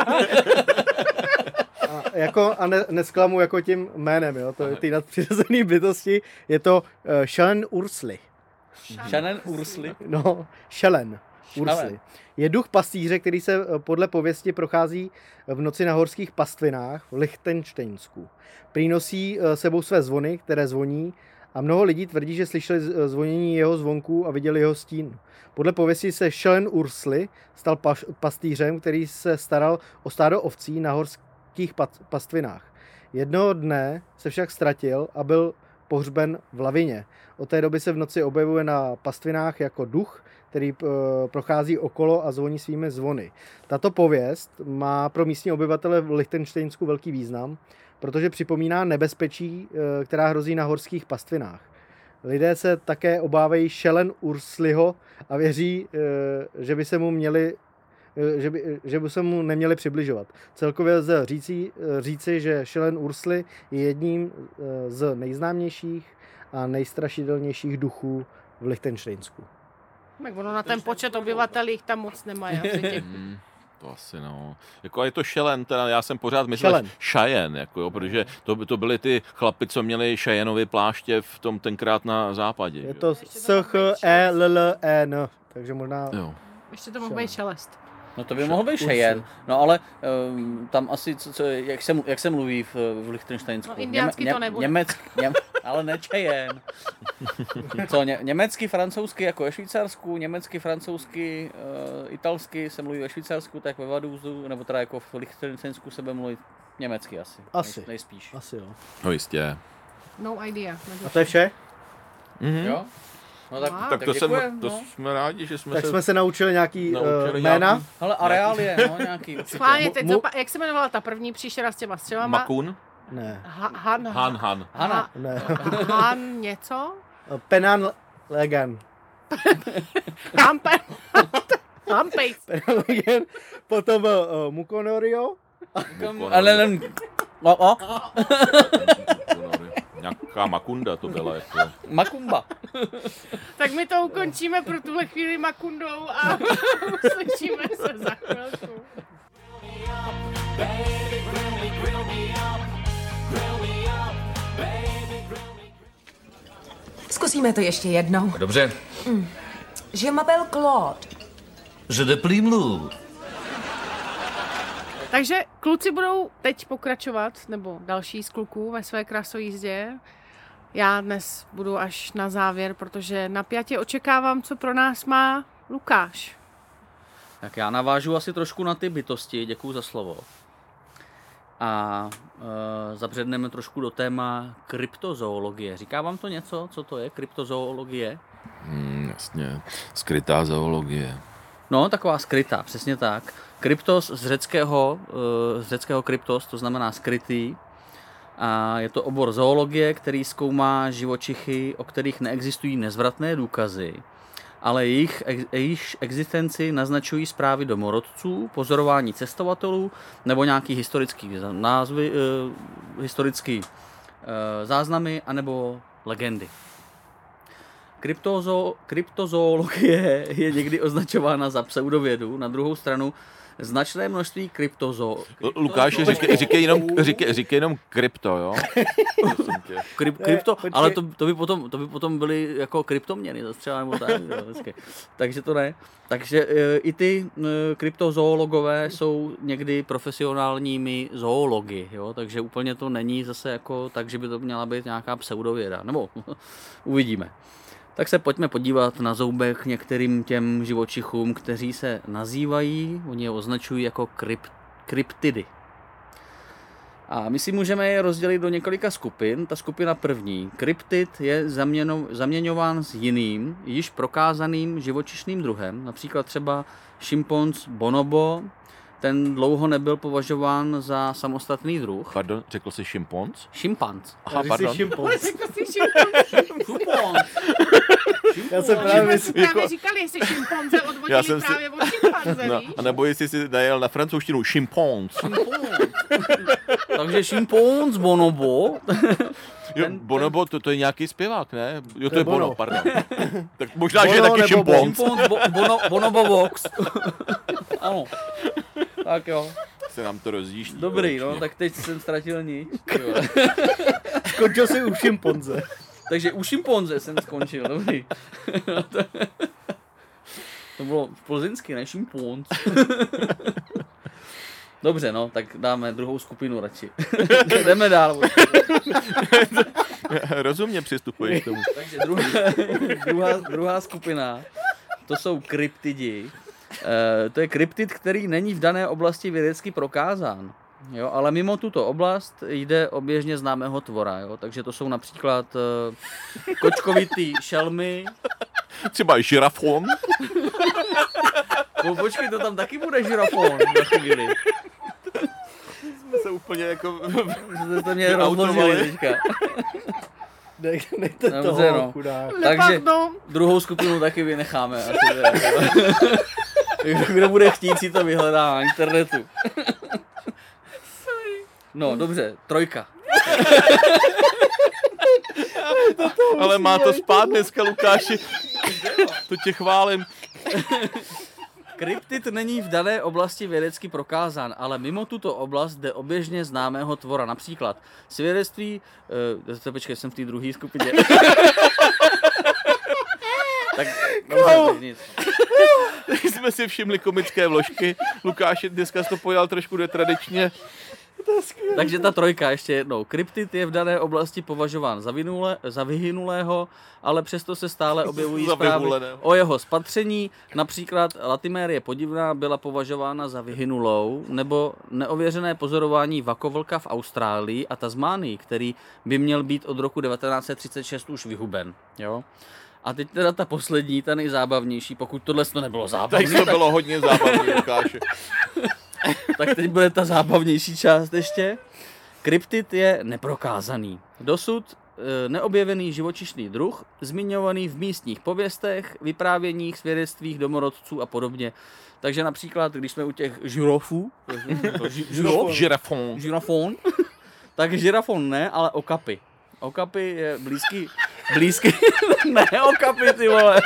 A, jako, a ne, nesklamu jako tím jménem, jo, to je ty nadpřirozený bytosti, je to uh, Šelen Ursli. Shannon Ursli. No, Šelen Ursli. Je duch pastýře, který se podle pověsti prochází v noci na horských pastvinách v Lichtenštejnsku. Přinosí sebou své zvony, které zvoní, a mnoho lidí tvrdí, že slyšeli zvonění jeho zvonků a viděli jeho stín. Podle pověsti se Šelen Ursli stal paš, pastýřem, který se staral o stádo ovcí na horských pastvinách. Jednoho dne se však ztratil a byl pohřben v lavině. Od té doby se v noci objevuje na pastvinách jako duch, který prochází okolo a zvoní svými zvony. Tato pověst má pro místní obyvatele v Lichtenštejnsku velký význam, protože připomíná nebezpečí, která hrozí na horských pastvinách. Lidé se také obávají Šelen Ursliho a věří, že by se mu měli že by, že by se mu neměli přibližovat. Celkově lze říci, říci, že Šelen Ursli je jedním z nejznámějších a nejstrašidelnějších duchů v Lichtenštejnsku. Tak ono na ten počet obyvatel jich tam moc nemají. Hmm, to asi no. Jako je to Šelen, teda já jsem pořád myslel Cheyenne, jako jo, protože to, to byly ty chlapy, co měli Cheyennovy pláště v tom tenkrát na západě. Je to S H E L L E N, takže možná... Jo. Ještě to mohl být Šelest. No to by mohl být Cheyenne, no ale um, tam asi, co, co, jak, se, jak se mluví v, v Lichtenštejnsku? No indiánsky Něme, to nebude. Německy, něm, ale ne Cheyenne. Co, ně, německy, francouzsky jako ve Švýcarsku, německy, francouzsky, uh, italsky se mluví ve Švýcarsku, tak ve Vaduzu, nebo teda jako v Lichtenštejnsku se bude mluvit německy asi. Asi. Nej, nejspíš. Asi jo. No jistě. No idea. A to je vše? Mhm. Jo? No tak, Wow. Tak, to, děkujem, jsem, to no. jsme rádi, že jsme Tak se... jsme se naučili nějaký Naučili uh, jména. nějaký- Ale areál je, no, nějaký určitě. Schválně, teď Mu- zopa- jak se jmenovala ta první příšera s těma střelama? Makun? Ne, Ha- Han, Han, Han. Hana. ne. Han něco? Penan Legan. Hampe. Hampej. Penan Legan. Potom uh, Mukonorio. Ale len... O, o, Nějaká Makunda to byla jako. Makumba. Tak my to ukončíme pro tuhle chvíli Makundou a slyšíme se za chvilku. Zkusíme to ještě jednou. Dobře. Je m'appelle Claude. Je de plímlu. Takže kluci budou teď pokračovat, nebo další z kluků ve své krasojízdě. Já dnes budu až na závěr, protože napjatě očekávám, co pro nás má Lukáš. Tak já navážu asi trošku na ty bytosti, děkuju za slovo. A e, zabředneme trošku do téma kryptozoologie. Říká vám to něco, co to je kryptozoologie? Hmm, jasně, skrytá zoologie. No, taková skrytá, přesně tak. Kryptos z řeckého, e, z řeckého kryptos, to znamená skrytý. A je to obor zoologie, který zkoumá živočichy, o kterých neexistují nezvratné důkazy, ale jejich, jejich existenci naznačují zprávy domorodců, pozorování cestovatelů nebo nějaký historický názvy, eh, historický eh, záznamy anebo legendy. Kryptozo, kryptozoologie je někdy označována za pseudovědu, na druhou stranu značné množství kryptozo... Lukáši, říkej, říkej, jenom, říkej, říkej jenom krypto, jo? Kryp, krypto, ale to, to, by potom, to by potom byly jako kryptoměny, zastřelá nebo tak. Jo, takže to ne. Takže e, i ty e, kryptozoologové jsou někdy profesionálními zoology, jo? Takže úplně to není zase jako tak, že by to měla být nějaká pseudověda. Nebo uvidíme. Tak se pojďme podívat na zoubek některým těm živočichům, kteří se nazývají, oni je označují jako kryp, kryptidy. A my si můžeme je rozdělit do několika skupin. Ta skupina první, kryptid, je zaměno, zaměňován s jiným, již prokázaným živočišným druhem, například třeba šimpanz bonobo ten dlouho nebyl považován za samostatný druh. Pardon, řekl jsi šimpanz? Šimpanz. Aha, pardon. Šimpanz. Šimpanz. Já jsem právě Právě myslel, jako... říkali, jestli šimpanze odvodili jsem si- právě od šimpanze, No, víš? a nebo jestli jsi najel na francouzštinu šimpanz. Takže šimpanz, bonobo. Jo, Ten- Bonobo, to, to je nějaký zpěvák, ne? Jo, to, je je Bono, Bono. pardon. Tak možná, že je Bono taky nebo Bo. šimpanz. Šimpanz, bo, bono, bonobo vox. Ano. Tak jo. Se nám to rozjíždí. Dobrý, no, konečně. tak teď jsem ztratil nič. skončil si u šimpanze. Takže u šimpanze jsem skončil, dobrý. To bylo plzeňsky, ne šimpanz. Dobře, no, tak dáme druhou skupinu radši. Jdeme dál. Rozumně přistupuješ k tomu. Takže druhá, druhá, druhá skupina, to jsou kryptidi. E, to je kryptid, který není v dané oblasti vědecky prokázán. Jo, ale mimo tuto oblast jde o běžně známého tvora. Jo? Takže to jsou například e, kočkovitý šelmy. Třeba i žirafon. No, počkej, to tam taky bude žirafon za chvíli. Jsme se úplně jako... To jste mě rozložili teďka. Ne, nechte Dobře, toho, no. chudák. Takže Pardon. druhou skupinu taky vynecháme. Asi teda. Kdo bude chtít, si to vyhledá na internetu. No, dobře, trojka. Ale má to spát dneska, Lukáši. To tě chválím. Kryptid není v dané oblasti vědecky prokázán, ale mimo tuto oblast jde o běžně známého tvora. Například svědectví... Uh, počkej, jsem v té druhé skupině. Tak, dobře, tak nic. Tak jsme si všimli komické vložky. Lukáši dneska jsi to pojal trošku netradičně. Takže ta trojka ještě jednou. Kryptid je v dané oblasti považován za, vynule, za vyhynulého, ale přesto se stále objevují Za zprávy vyhuleného. o jeho spatření. Například Latimérie podivná byla považována za vyhynulou, nebo neověřené pozorování vakovlka v Austrálii a Tasmánii, který by měl být od roku devatenáct set třicet šest už vyhuben. Jo? A teď teda ta poslední, ta nejzábavnější, pokud tohle to nebylo zábavné, Tak to bylo hodně zábavné, Lukáši. tak teď bude ta zábavnější část ještě. Kryptid je neprokázaný. Dosud e, neobjevený živočišný druh, zmiňovaný v místních pověstech, vyprávěních, svědectvích domorodců a podobně. Takže například, když jsme u těch žirofů, žirofon, Žirafon. žirafon, tak žirafon ne, ale okapy. Okapy je blízký, blízký, ne okapy, ty vole.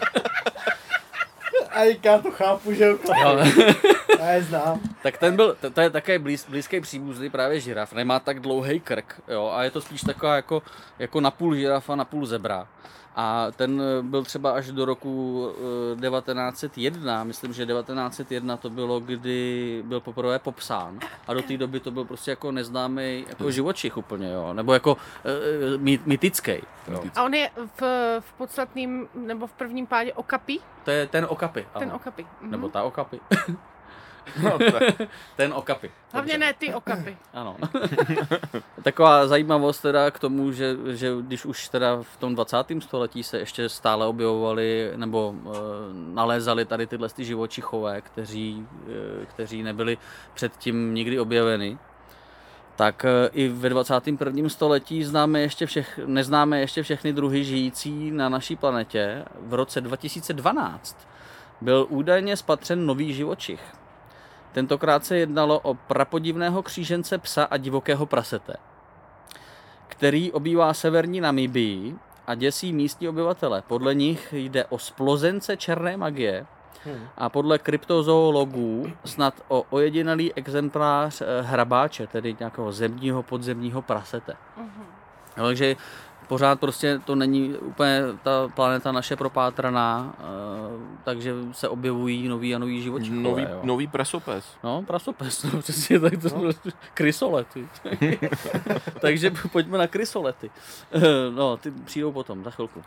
A já to chápu, že jo. Jo. Já je znám. Tak ten byl, to, to je také blíz, blízký příbuzný právě žiraf, nemá tak dlouhý krk, jo, a je to spíš taková jako, jako napůl žirafa, napůl zebra. A ten byl třeba až do roku devatenáct set jedna, myslím, že devatenáct set jedna to bylo, kdy byl poprvé popsán. A do té doby to byl prostě jako neznámý jako živočich úplně, jo, nebo jako uh, my, mytický. Jo. A on je v, v podstatným, nebo v prvním pádě okapí? To je ten okapy. Ten ano. okapí. Mhm. Nebo ta okapy. No, tak. Ten okapy. Hlavně Dobře. ne ty okapy. Ano. Taková zajímavost teda k tomu, že, že když už teda v tom dvacátém století se ještě stále objevovali nebo e, nalézali tady tyhle ty živočichové, kteří, e, kteří nebyli předtím nikdy objeveny, tak e, i ve dvacátém prvním století známe ještě všech, neznáme ještě všechny druhy žijící na naší planetě. V roce dva tisíce dvanáct byl údajně spatřen nový živočich. Tentokrát se jednalo o prapodivného křížence psa a divokého prasete, který obývá severní Namibii a děsí místní obyvatele. Podle nich jde o splozence černé magie a podle kryptozoologů snad o ojedinělý exemplář hrabáče, tedy nějakého zemního podzemního prasete. No, takže pořád prostě to není úplně ta planeta naše propátraná, takže se objevují nový a nový živočichové. Nový, jo. nový prasopes. No, prasopes, no, přesně tak to no. Krysolety. Takže pojďme na krysolety. No, ty přijdou potom, za chvilku.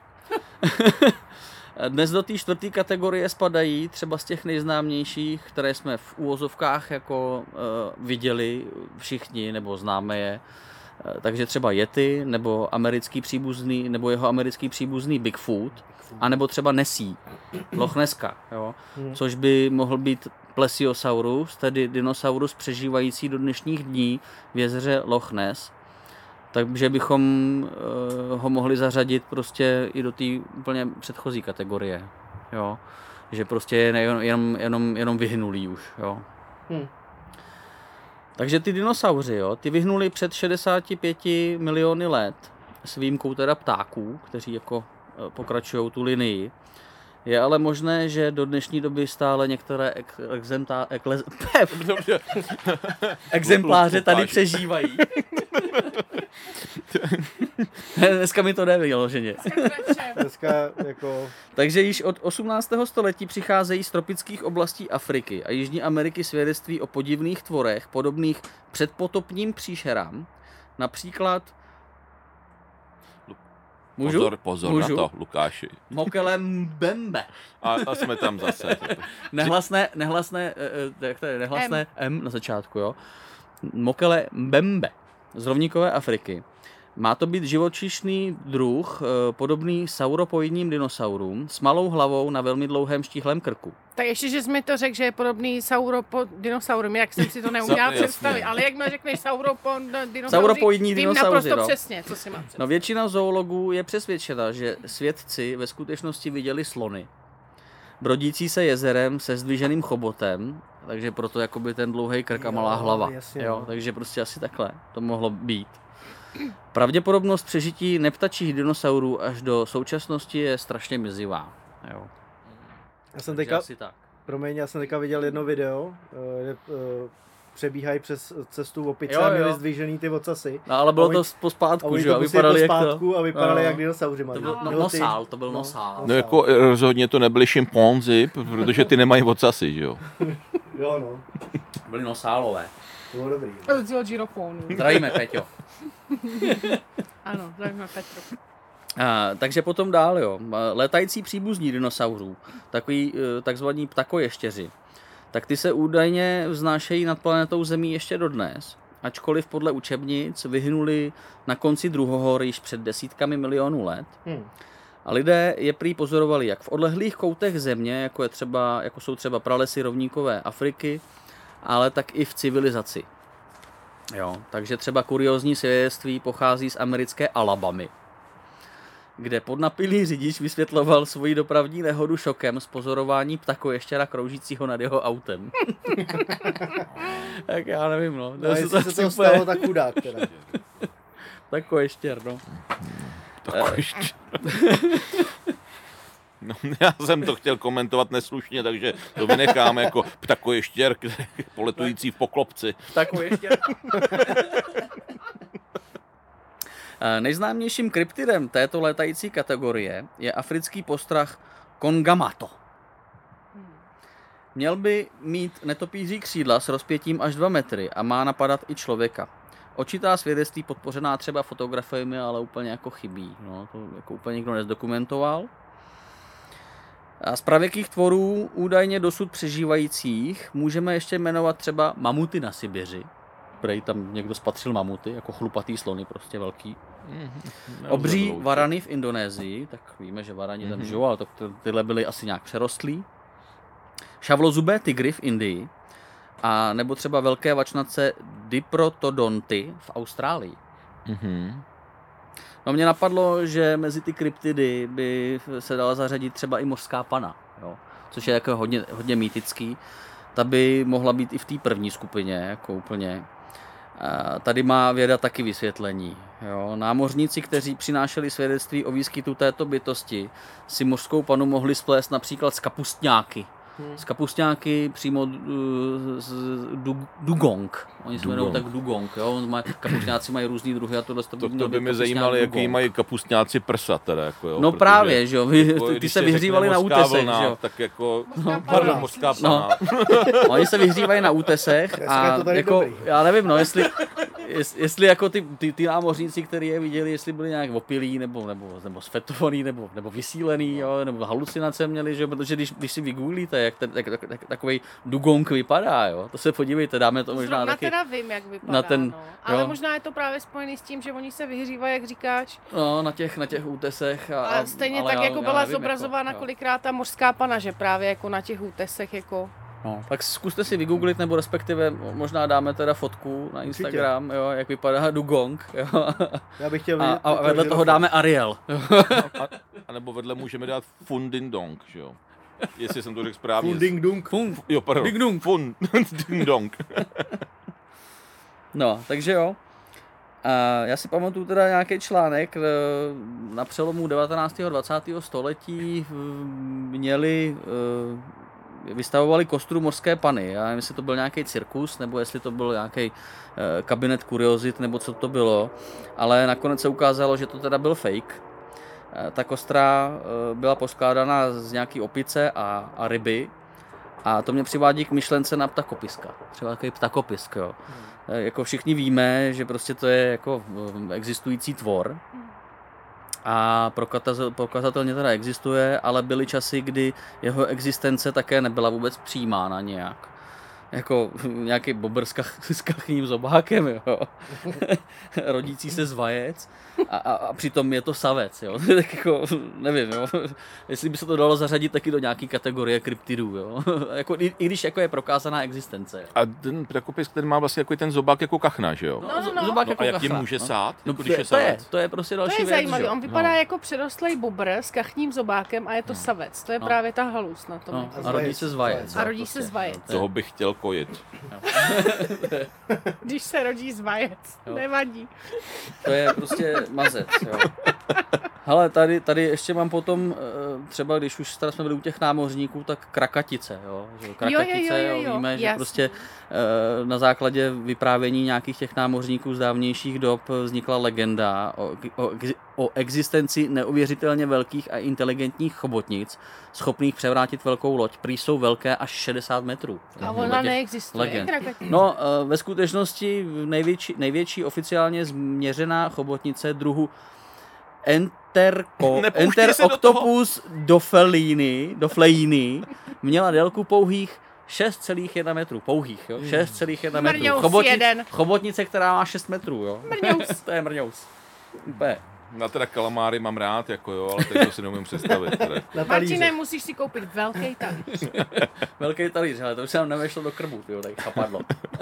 Dnes do té čtvrté kategorie spadají třeba z těch nejznámějších, které jsme v úvozovkách jako uh, viděli všichni, nebo známe je. Takže třeba Yeti, nebo americký příbuzný, nebo jeho americký příbuzný Bigfoot, anebo třeba Nessie, Loch Nesska, jo? Což by mohl být Plesiosaurus, tedy dinosaurus přežívající do dnešních dní v jezeře Loch Ness. Takže bychom uh, ho mohli zařadit prostě i do té úplně předchozí kategorie. Jo? Že prostě je jenom, jenom, jenom, jenom vyhnulý už. Jo? Hmm. Takže ty dinosauři, jo, ty vyhnuli před šedesáti pěti miliony let s výjimkou teda ptáků, kteří jako pokračují tu linii. Je ale možné, že do dnešní doby stále některé ex, exemta, ekle, exempláře tady přežívají. Dneska mi to jde vyloženě. Dneska jako... Takže již od osmnáctého století přicházejí z tropických oblastí Afriky a Jižní Ameriky svědectví o podivných tvorech podobných předpotopním příšerám. Například Můžu? Pozor, pozor Můžu? na to, Lukáši. Mokele Mbembe. A, a jsme tam zase. Nehlasné, nehlasné, jak to je, nehlasné M. M na začátku, jo. Mokele Mbembe z rovníkové Afriky. Má to být živočišný druh, podobný sauropoidním dinosaurům, s malou hlavou na velmi dlouhém štíhlém krku. Tak ještě, že jsi mi to řekl, že je podobný sauropo dinosaurům, jak jsem si to neuměla představit, ale jak mi řekneš sauropon dinosaury, sauropoidní vím dinosauři, naprosto no. přesně, co si mám představit. No většina zoologů je přesvědčena, že svědci ve skutečnosti viděli slony, brodící se jezerem se zdviženým chobotem, takže proto jakoby ten dlouhý krk a malá hlava. Jasně, jo, no. takže prostě asi takhle to mohlo být. Pravděpodobnost přežití neptačích dinosaurů až do současnosti je strašně mizivá. Jo. Já jsem teďka, asi tak. promiň, já jsem teďka viděl jedno video, kde uh, přebíhají přes cestu opice Jo, a jo. měli zdvižený ty ocasy. No, ale bylo a to oni, pospátku, a že jo? to Vypadali jak pospátku to. a vypadali No. jak dinosauři mají. To byl no, Nebo ty- nosál, to byl no, nosál. No jako rozhodně to nebyly šimpanzi, protože ty nemají ocasy, že jo? Jo, no. Byli nosálové. To bylo dobrý. Rozdíl girofónu. Zdravíme, Peťo. Ano, zdravíme Petru. A, takže potom dál, jo. Létající příbuzní dinosaurů, takový takzvaní ptakoještěři, tak ty se údajně vznášejí nad planetou Zemí ještě dodnes, ačkoliv podle učebnic vyhnuli na konci druhohor již před desítkami milionů let. Hmm. A lidé je prý pozorovali jak v odlehlých koutech země, jako, je třeba, jako jsou třeba pralesy rovníkové Afriky, ale tak i v civilizaci. Jo, takže třeba kuriózní svědectví pochází z americké Alabamy, kde podnapilý řidič vysvětloval svoji dopravní nehodu šokem z pozorování ptakoještěra kroužícího nad jeho autem. Tak já nevím, no. No, jestli se to stalo, tak chudák teda. Ptakoještěr, no. Ptakoještěr. No, já jsem to chtěl komentovat neslušně, takže to vynecháme jako ptakoještěr, poletující v poklopci. Ptakoještěr. Nejznámějším kryptidem této létající kategorie je africký postrach Kongamato. Měl by mít netopíří křídla s rozpětím až dva metry a má napadat i člověka. Očitá svědectví podpořená třeba fotografiemi, ale úplně jako chybí. No, to jako úplně nikdo nezdokumentoval. A z pravěkých tvorů údajně dosud přežívajících můžeme ještě jmenovat třeba mamuty na Sibiři. Prej tam někdo spatřil mamuty, jako chlupatý slony, prostě velký. Mm-hmm. Obří varany v Indonésii, tak víme, že varani mm-hmm. tam žijou, ale to, tyhle byly asi nějak přerostlí. Šavlozubé tygry v Indii, a nebo třeba velké vačnace Diprotodonty v Austrálii. Mm-hmm. No mě napadlo, že mezi ty kryptidy by se dala zařadit třeba i mořská pana, jo? Což je jako hodně, hodně mýtický. Ta by mohla být i v té první skupině, jako úplně. A tady má věda taky vysvětlení. Jo? Námořníci, kteří přinášeli svědectví o výskytu této bytosti, si mořskou panu mohli splést například s kapustňáky. Hmm. Z kapustňáky přímo z du, dugong. Oni se jmenují tak dugong. Jo? Kapustňáci mají různý druhy a tohle to by, to, to by mě zajímalo, jaký mají kapustňáci prsa teda. Jako, jo? No protože, právě, že jo. Vy, jako, ty se vyhřívaly na útesech, vlna, že jo. Tak jako, no, pardon, mořská pana. No. Oni se vyhřívají na útesech a jako, já nevím, no, jestli, jestli jako ty, ty, ty námořníci, kteří je viděli, jestli byli nějak opilí, nebo, nebo, nebo sfetovaný, nebo, nebo vysílený, jo, nebo halucinace měli, že jo, protože když, když si vygooglíte, jak ten, tak, tak, tak, takovej dugong vypadá, jo, to se podívejte, dáme to možná Zrovna taky. teda vím, jak vypadá, na ten, no. Ale jo. možná je to právě spojený s tím, že oni se vyhřívají, jak říkáš. No, na těch, na těch útesech. A, a stejně ale tak, já, jako já byla nevím, zobrazována jako, kolikrát ta mořská pana, že právě jako na těch útesech, jako... No, tak zkuste si vygooglit, nebo respektive možná dáme teda fotku na Instagram, jo, jak vypadá dugong. Jo. Já bych chtěl a, a vedle toho dáme Ariel. A, a nebo vedle můžeme dát Funding Dong, že jo? Jestli jsem to řekl správně. Funding Dung. Fun, jo, pardon. Ding Dung. Funding Dong. No, takže jo. A já si pamatuju teda nějaký článek na přelomu devatenáctého a dvacátého století měli, vystavovali kostru mořské pany. Já nevím, jestli to byl nějaký cirkus, nebo jestli to byl nějaký kabinet kuriozit, nebo co to bylo. Ale nakonec se ukázalo, že to teda byl fake. Ta kostra byla poskládaná z nějaký opice a, a ryby. A to mě přivádí k myšlence na ptakopiska. Třeba takový ptakopisk, jo. Hmm. Jako všichni víme, že prostě to je jako existující tvor. A prokazatelně teda existuje, ale byly časy, kdy jeho existence také nebyla vůbec přijímána nějak. Jako nějaký bobr s, kach, s kachním zobákem, jo. Rodící se z vajec a, a, a přitom je to savec, jo. Tak jako, nevím, jo. Jestli by se to dalo zařadit taky do nějaký kategorie kryptidů, jo. Jako, i, i když jako je prokázaná existence. Jo. A ten ptakopisk, ten má vlastně jako ten zobák jako kachna, že jo? No, no, no. Zobák no jako a jak kachna, tím může no. sát? No, jako, to, je, to, je, to je prostě další to je věc. zajímavý, on vypadá no. jako přirostlej bobr s kachním zobákem a je to no. savec. To je no. právě ta halus na tom. No. A rodí se z vajec. A rodí se z vajec. Toho bych chtěl kojit. Když se rodí z vajec, jo. Nevadí. To je prostě mazec, jo. Hele, tady, tady ještě mám potom, třeba když už teda jsme byli u těch námořníků, tak krakatice, jo. Krakatice, jo, jo, jo, jo. Víme, že Jasný. prostě na základě vyprávění nějakých těch námořníků z dávnějších dob vznikla legenda o, o, o existenci neuvěřitelně velkých a inteligentních chobotnic, schopných převrátit velkou loď. Prý jsou velké až šedesát metrů. A ona neexistuje, krakatica. No, ve skutečnosti největší, největší oficiálně změřená chobotnice druhu Enterco, Enteroctopus dofellini, dofleini měla délku pouhých šest celá jedna metru. Pouhých, jo? šest celá jedna metru. Chobotnic, chobotnice, která má šest metrů, jo? Mrňous. To je mrňous. Úplně. Na teda kalamáry mám rád, jako jo, ale teď to si neumím představit. Martine, musíš si koupit velký talíř. Velký talíř, ale to už se nám nevešlo do krbu, jo, tak chapadlo.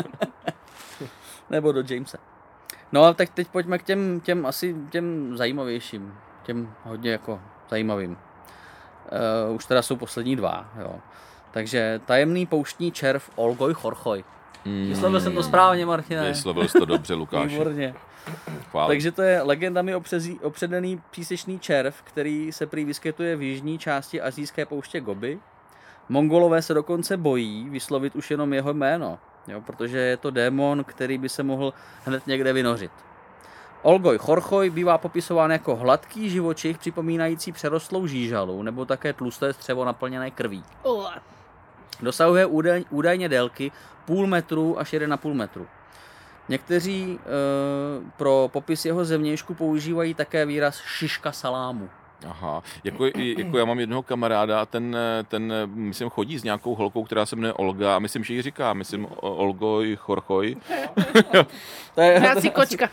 Nebo do Jamese. No a tak teď pojďme k těm, těm asi těm zajímavějším, těm hodně jako zajímavým. Uh, už teda jsou poslední dva, jo. Takže tajemný pouštní červ Olgoj chorchoj. Mm. Vyslovil jsem to správně, Martine. Vyslovil jsi to dobře, Lukáši. Výborně. Chváli. Takže to je legendami opřezí, opředený písečný červ, který se prý vyskytuje v jižní části asijské pouště Gobi. Mongolové se dokonce bojí vyslovit už jenom jeho jméno, jo, protože je to démon, který by se mohl hned někde vynořit. Olgoj chorchoj bývá popisován jako hladký živočich připomínající přerostlou žížalu nebo také tlusté střevo naplněné krví. Dosahuje údaj, údajně délky půl metru až jeden a půl metru. Někteří e, pro popis jeho zevnějšku používají také výraz šiška salámu. Aha, jako, jako já mám jednoho kamaráda a ten, ten, myslím, chodí s nějakou holkou, která se jmenuje Olga a myslím, že ji říká, myslím, Olgoj chorchoj. To je Hrací kočka.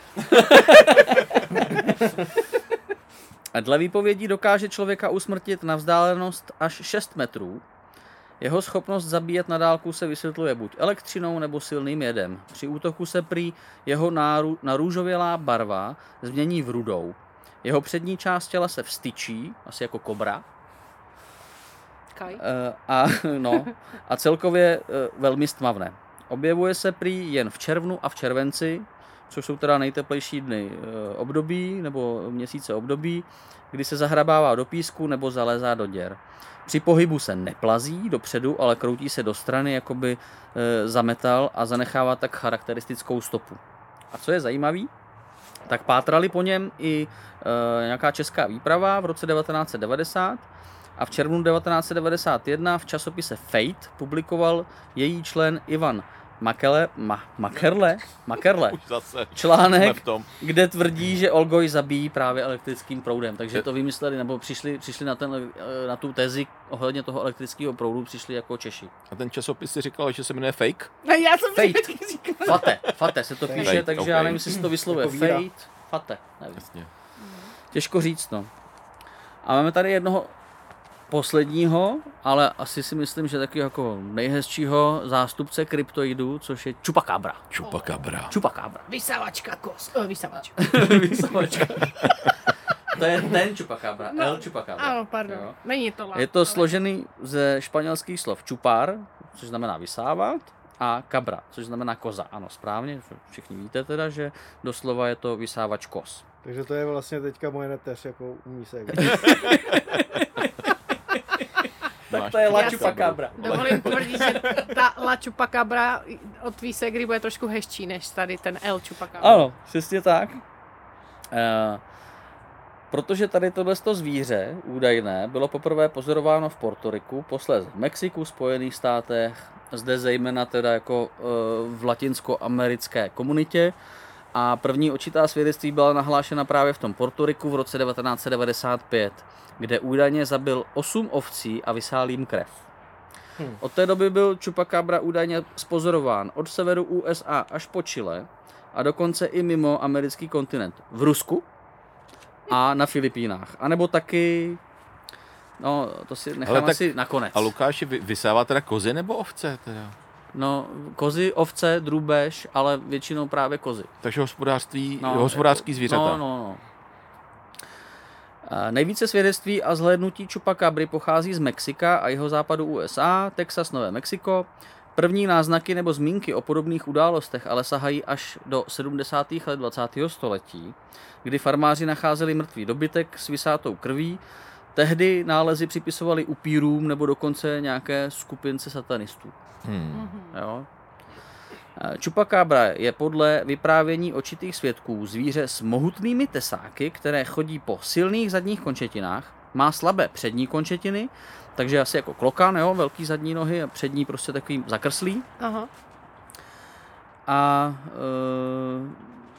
A dle výpovědí dokáže člověka usmrtit na vzdálenost až šest metrů. Jeho schopnost zabíjet na dálku se vysvětluje buď elektřinou nebo silným jedem. Při útoku se prý jeho náru, narůžovělá barva změní v rudou. Jeho přední část těla se vstyčí, asi jako kobra. Kaj. A, no, a celkově velmi stmavné. Objevuje se prý jen v červnu a v červenci, což jsou teda nejteplejší dny období, nebo měsíce období, kdy se zahrabává do písku nebo zalézá do děr. Při pohybu se neplazí dopředu, ale kroutí se do strany, jakoby e, zametal a zanechává tak charakteristickou stopu. A co je zajímavý, tak pátrali po něm i e, nějaká česká výprava v roce devatenáct set devadesát a v červnu devatenáct set devadesát jedna v časopise Fate publikoval její člen Ivan Makele, ma, Makerle, Makerle článek, kde tvrdí, že Olgoj zabíjí právě elektrickým proudem. Takže to vymysleli, nebo přišli, přišli na, ten, na tu tezi ohledně toho elektrického proudu, přišli jako Češi. A ten časopis si říkal, že se jmenuje Fake? Ne, já jsem Fate. Fate, Fate se to píše, Fate, takže okay. Já nevím, jestli se to vyslovuje. Fate, Fate, nevím. Jasně. Těžko říct, no. A máme tady jednoho posledního, ale asi si myslím, že taky jako nejhezčího zástupce kryptoidů, což je Chupacabra. Chupacabra. Chupacabra. Vysavačka kos. O, vysavač. Vysavačka. To je ten Chupacabra, no, El Chupacabra. Ano, pardon. Jo. Není to lát, Je to ale... složený ze španělských slov chupar, což znamená vysávat, a cabra, což znamená koza. Ano, správně, všichni víte teda, že doslova je to vysávač koz. Takže to je vlastně teďka moje neteř, jako umí se. Tak to je La Chupacabra. Dovolím tvrdit, že ta La Chupacabra od tvý segry bude trošku hezčí, než tady ten El Chupacabra. Ano, přesně tak. Uh, protože tady tohleto zvíře údajné bylo poprvé pozorováno v Portoriku, posléze v Mexiku, Spojených státech, zde zejména teda jako uh, v latinskoamerické komunitě. A první očitá svědectví byla nahlášena právě v tom Portoriku v roce devatenáct set devadesát pět, kde údajně zabil osm ovcí a vysál jim krev. Hmm. Od té doby byl Chupacabra údajně spozorován od severu U S A až po Chile a dokonce i mimo americký kontinent. V Rusku a na Filipínách. A nebo taky, no to si necháme si nakonec. A Lukáši, vysává teda kozy nebo ovce teda? No, kozy, ovce, drůbež, ale většinou právě kozy. Takže hospodářství, no, hospodářský jako, zvířata. No, no, no. Nejvíce svědectví a zhlédnutí Chupacabry pochází z Mexika a jeho západu U S A, Texas, Nové Mexiko. První náznaky nebo zmínky o podobných událostech ale sahají až do sedmdesátých let dvacátého století, kdy farmáři nacházeli mrtvý dobytek s vysátou krví. Tehdy nálezy připisovali upírům nebo dokonce nějaké skupince satanistů. Hmm. Jo. Chupacabra je podle vyprávění očitých svědků zvíře s mohutnými tesáky, které chodí po silných zadních končetinách, má slabé přední končetiny, takže asi jako klokan, jo, velký zadní nohy a přední prostě takový zakrslý. Aha. A e,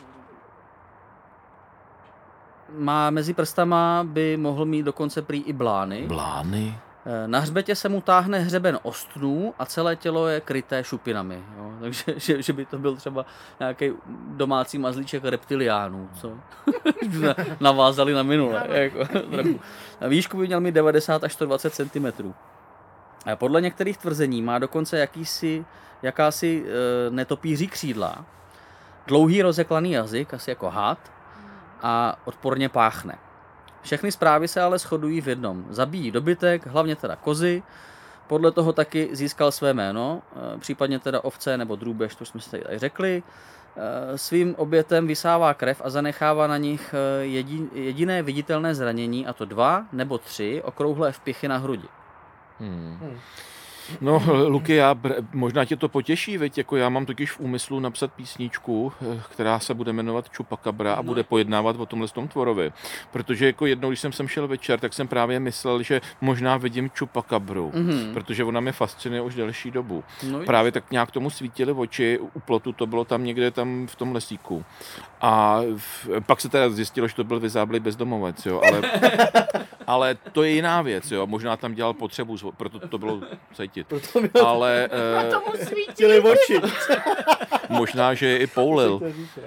má mezi prstama by mohl mít dokonce prý i blány. Blány? Na hřbetě se mu táhne hřeben ostnů a celé tělo je kryté šupinami. Jo? Takže že, že by to byl třeba nějaký domácí mazlíček reptiliánů, co navázali na minule. Jako, na výšku by měl mít devadesát až sto dvacet centimetrů. A podle některých tvrzení má dokonce jakýsi, jakási e, netopíří křídla, dlouhý rozeklaný jazyk, asi jako had, a odporně páchne. Všechny zprávy se ale shodují v jednom. Zabíjí dobytek, hlavně teda kozy, podle toho taky získal své jméno, případně teda ovce nebo drůbež, to jsme si tady řekli. Svým obětem vysává krev a zanechává na nich jediné viditelné zranění, a to dva nebo tři okrouhlé vpichy na hrudi. Hmm. Hmm. No, Luky, já, možná tě to potěší, veď, jako já mám totiž v úmyslu napsat písničku, která se bude jmenovat Chupacabra a bude pojednávat o tomhle tom tvorovi. Protože jako jednou, když jsem sem šel večer, tak jsem právě myslel, že možná vidím Chupacabru, mm-hmm. protože ona mě fascinuje už delší dobu. No, právě tak nějak tomu svítily oči, u plotu to bylo tam někde tam v tom lesíku. A v, pak se teda zjistilo, že to byl vyzáblý bezdomovec, jo, ale, ale to je jiná věc, jo, možná tam dělal potřebu, proto to bylo cítit. Ale uh, tomu svítily oči. Možná, že je i poulil.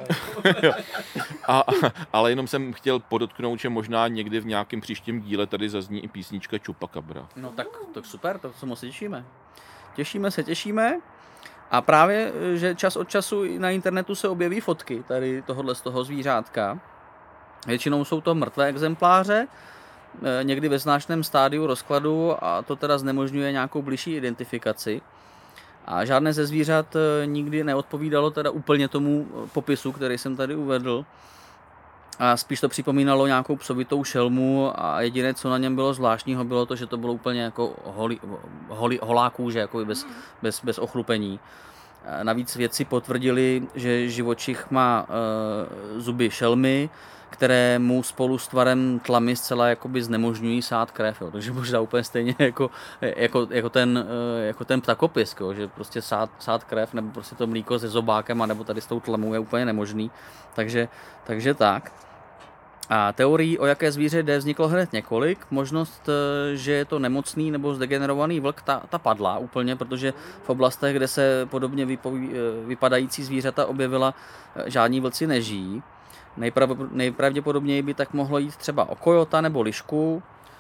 a, ale jenom jsem chtěl podotknout, že možná někdy v nějakém příštím díle tady zazní i písnička Chupacabra. No tak, tak super, to se moc těšíme. Těšíme se, těšíme. A právě, že čas od času na internetu se objeví fotky tady tohohle z toho zvířátka. Většinou jsou to mrtvé exempláře, někdy ve značném stádiu rozkladu, a to teda znemožňuje nějakou bližší identifikaci. A žádné ze zvířat nikdy neodpovídalo teda úplně tomu popisu, který jsem tady uvedl. A spíš to připomínalo nějakou psovitou šelmu a jediné, co na něm bylo zvláštního, bylo to, že to bylo úplně jako holí, holí, holá kůže, jako bez, bez, bez ochlupení. Navíc vědci potvrdili, že živočich má e, zuby šelmy, které mu spolu s tvarem tlamy zcela jakoby znemožňují sát krev. Jo. Takže možná úplně stejně jako, jako, jako, ten, jako ten ptakopisk, jo. Že prostě sát, sát krev nebo prostě to mlíko se zobákem a nebo tady s tou tlamou je úplně nemožný. Takže, takže tak. A teorií, o jaké zvíře jde, vzniklo hned několik. Možnost, že je to nemocný nebo zdegenerovaný vlk, ta, ta padla úplně, protože v oblastech, kde se podobně vypoví, vypadající zvířata objevila, žádní vlci nežijí. Nejprav, nejpravděpodobněji by tak mohlo jít třeba o kojota nebo lišku.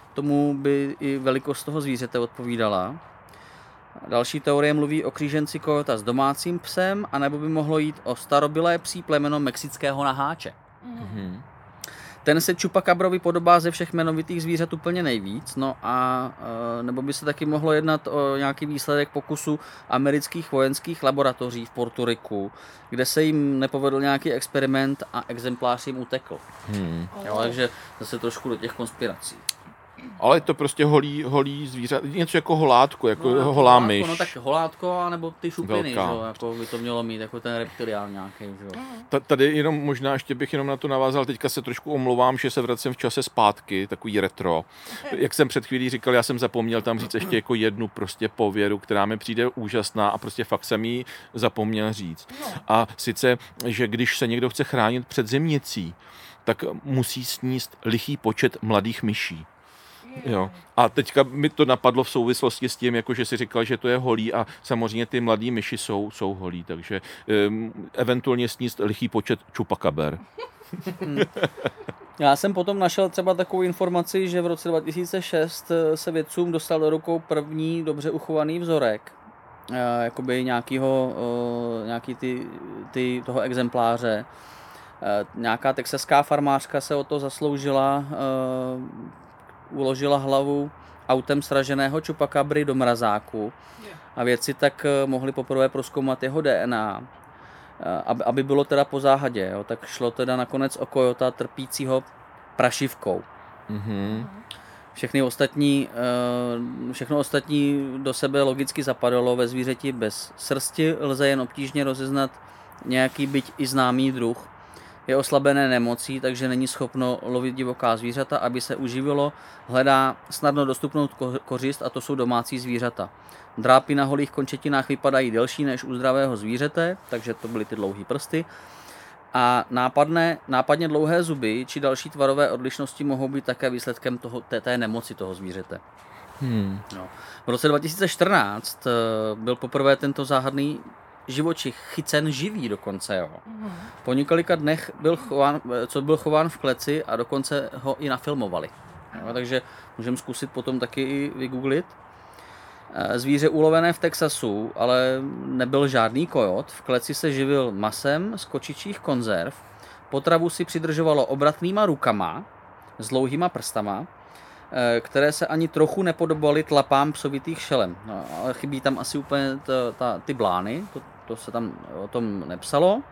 tomu by i velikost toho zvířete odpovídala. Další teorie mluví o kříženci kojota s domácím psem, anebo by mohlo jít o starobylé psí plemeno mexického naháče. Mhm. Ten se Chupacabrovi podobá ze všech jmenovitých zvířat úplně nejvíc, no a nebo by se taky mohlo jednat o nějaký výsledek pokusu amerických vojenských laboratoří v Portoriku, kde se jim nepovedl nějaký experiment a exemplář jim utekl. Hmm. Jo, takže zase trošku do těch konspirací. Ale je to prostě holý, holý zvířat, něco jako holátko, jako No, holá holátko, myš. No tak holátko, anebo ty šupiny, že Velká. jo, jako by to mělo mít, jako ten reptilián nějaký, že jo. Ta- Tady jenom možná ještě bych jenom na to navázal, teďka se trošku omlouvám, že se vracím v čase zpátky, takový retro. Jak jsem před chvílí říkal, já jsem zapomněl tam říct ještě jako jednu prostě pověru, která mi přijde úžasná a prostě fakt jsem ji zapomněl říct. A sice, že když se někdo chce chránit před zimnicí, tak musí sníst lichý počet mladých myší. Jo. A teďka mi to napadlo v souvislosti s tím, jako že si říkal, že to je holí a samozřejmě ty mladý myši jsou, jsou holí, takže um, eventuálně sníst lichý počet čupacaber. Já jsem potom našel třeba takovou informaci, že v roce dva tisíce šest se vědcům dostal do rukou první dobře uchovaný vzorek, eh, jakoby nějakýho, eh, nějaký ty, ty toho exempláře. Eh, nějaká texaská farmářka se o to zasloužila, eh, uložila hlavu autem sraženého čupakabry do mrazáku a vědci tak mohli poprvé prozkoumat jeho D N A, aby, aby bylo teda po záhadě. Jo. Tak šlo teda nakonec o kojota trpícího prašivkou. Mm-hmm. Všechny ostatní, všechno ostatní do sebe logicky zapadalo. Ve zvířeti bez srsti lze jen obtížně rozeznat nějaký byť i známý druh. Je oslabené nemocí, takže není schopno lovit divoká zvířata, aby se uživilo. Hledá snadno dostupnou kořist a to jsou domácí zvířata. Drápy na holých končetinách vypadají delší než u zdravého zvířete, takže to byly ty dlouhé prsty. A nápadné, nápadně dlouhé zuby či další tvarové odlišnosti mohou být také výsledkem toho, té, té nemoci toho zvířete. Hmm. No. V roce dva tisíce čtrnáct byl poprvé tento záhadný živočich chycen živý dokonce, jo. Po několika dnech byl chován, co byl chován v kleci a dokonce ho i nafilmovali. Jo, takže můžeme zkusit potom taky i vygooglit. Zvíře ulovené v Texasu, ale nebyl žádný kojot. V kleci se živil masem z kočičích konzerv. Potravu si přidržovalo obratnýma rukama s dlouhýma prstama, které se ani trochu nepodobaly tlapám psovitých šelem. No, ale chybí tam asi úplně ta, ta, ty blány, to, to se tam o tom nepsalo.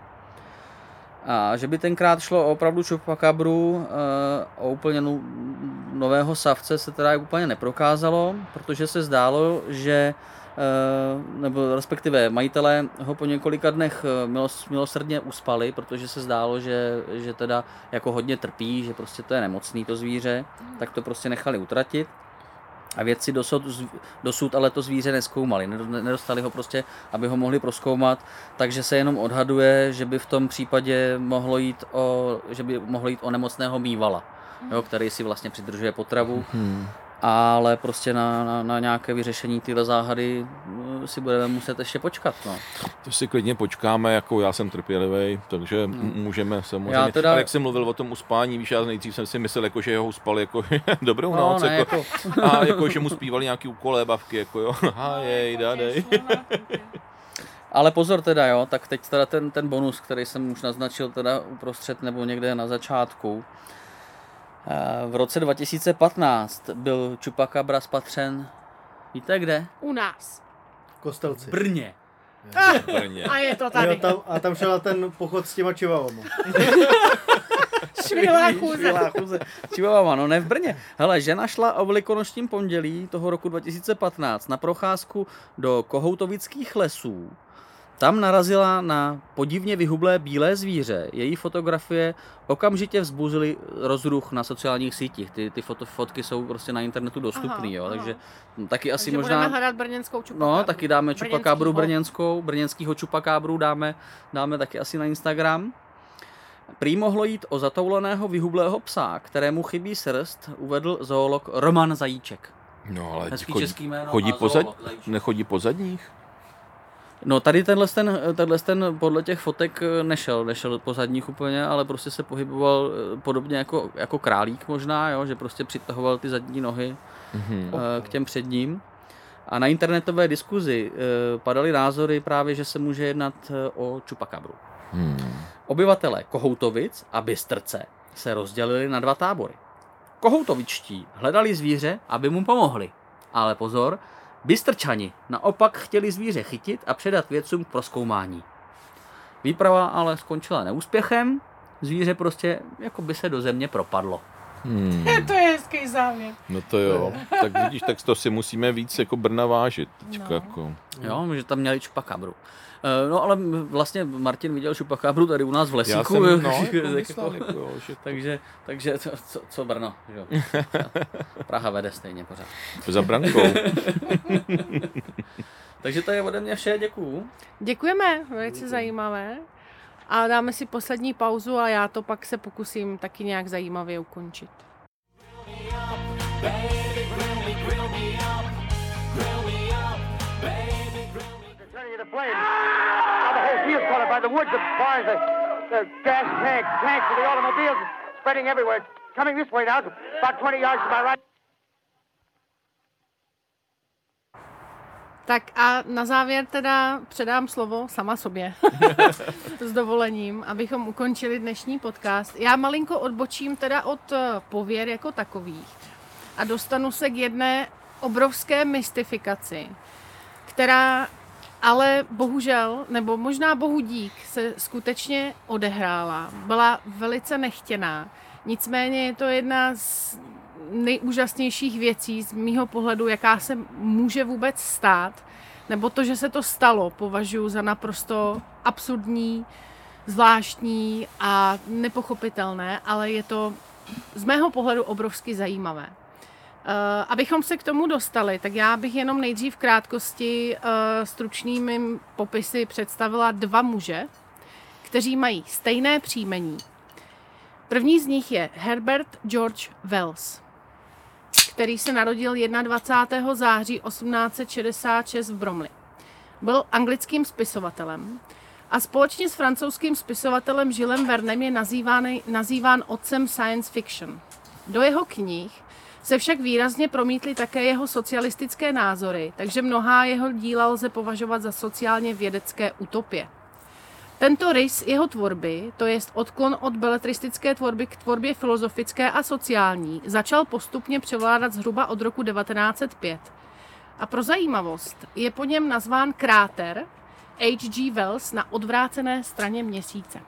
A že by tenkrát šlo o opravdu čupakabru, o úplně no, nového savce se teda úplně neprokázalo, protože se zdálo, že nebo respektive majitelé ho po několika dnech milos, milosrdně uspali, protože se zdálo, že, že teda jako hodně trpí, že prostě to je nemocný to zvíře, tak to prostě nechali utratit. A vědci dosud, dosud ale to zvíře nezkoumali, nedostali ho prostě, aby ho mohli prozkoumat, takže se jenom odhaduje, že by v tom případě mohlo jít o, že by mohlo jít o nemocného mývala, jo, který si vlastně přidržuje potravu. Hmm. Ale prostě na, na, na nějaké vyřešení tyhle záhady si budeme muset ještě počkat. No. To si klidně počkáme, jako já jsem trpělivý, takže hmm. můžeme samozřejmě. Teda... Ale jak jsem mluvil o tom uspání, víš, já nejdřív jsem si myslel, jako, že ho uspal jako dobrou no, noc, ne, jako, jako... a jako, že mu zpívali nějaký úkolébavky, jako jo, hajej, dadej. Ale pozor teda, jo, tak teď teda ten, ten bonus, který jsem už naznačil teda uprostřed nebo někde na začátku. V roce dva tisíce patnáct byl čupakabra spatřen, víte kde? U nás. V Kostelci. V Brně. Ah, Brně. A je to tady. Jo, tam, a tam šel ten pochod s těma čivavama. Švilá chůze. Švilá chůze. Čivavama, no ne v Brně. Hele, žena šla o velikonočním pondělí toho roku dva tisíce patnáct na procházku do Kohoutovických lesů. Tam narazila na podivně vyhublé bílé zvíře. Její fotografie okamžitě vzbuzily rozruch na sociálních sítích. Ty, ty foto, fotky jsou prostě na internetu dostupný, jo, takže taky asi takže možná... budeme hledat brněnskou čupakábru. No, taky dáme čupakábru brněnskou, brněnskýho čupakábru dáme, dáme taky asi na Instagram. Prý mohlo jít o zatouleného vyhublého psa, kterému chybí srst, uvedl zoolog Roman Zajíček. No ale Hezký chodí, český jméno chodí a pozad, zoolog Zajíček. nechodí po zadních? No tady tenhle ten, tenhle ten podle těch fotek nešel, nešel po zadních úplně, ale prostě se pohyboval podobně jako, jako králík možná, jo, že prostě přitahoval ty zadní nohy mm-hmm. k těm předním. A na internetové diskuzi padaly názory právě, že se může jednat o čupakabru. Hmm. Obyvatelé Kohoutovic a Bystrce se rozdělili na dva tábory. Kohoutovičtí hledali zvíře, aby mu pomohli. Ale pozor, Bystrčani naopak chtěli zvíře chytit a předat vědcům k prozkoumání. Výprava ale skončila neúspěchem, zvíře prostě jako by se do země propadlo. Hmm. To je hezký závěr. No to jo, tak vidíš, tak to si musíme víc jako Brna vážit. Teďka no. jako. Jo, že tam měli čupakabru. No ale vlastně Martin viděl čupakabru tady u nás v lesíku. Já jsem, no, jako myslel, jako, jo, že to... takže, takže co, co, co Brno? Že? Praha vede stejně pořád. Za brankou. Takže to je ode mě vše, děkuju. Děkujeme, velice Děkuju. zajímavé. A dáme si poslední pauzu a já to pak se pokusím taky nějak zajímavě ukončit. Tak a na závěr teda předám slovo sama sobě s dovolením, abychom ukončili dnešní podcast. Já malinko odbočím teda od pověr jako takových a dostanu se k jedné obrovské mystifikaci, která ale bohužel, nebo možná bohu dík, se skutečně odehrála. Byla velice nechtěná. Nicméně je to jedna z nejúžasnějších věcí z mýho pohledu, jaká se může vůbec stát, nebo to, že se to stalo, považuji za naprosto absurdní, zvláštní a nepochopitelné, ale je to z mého pohledu obrovsky zajímavé. Uh, abychom se k tomu dostali, tak já bych jenom nejdřív v krátkosti uh, stručnými popisy představila dva muže, kteří mají stejné příjmení. První z nich je Herbert George Wells, který se narodil dvacátého prvního září osmnáct set šedesát šest v Bromley. Byl anglickým spisovatelem a společně s francouzským spisovatelem Žilem Vernem je nazýván, nazýván otcem science fiction. Do jeho knih se však výrazně promítly také jeho socialistické názory, takže mnohá jeho díla lze považovat za sociálně vědecké utopie. Tento rys jeho tvorby, to jest odklon od beletristické tvorby k tvorbě filozofické a sociální, začal postupně převládat zhruba od roku devatenáct set pět. A pro zajímavost je po něm nazván kráter H G Wells na odvrácené straně měsíce.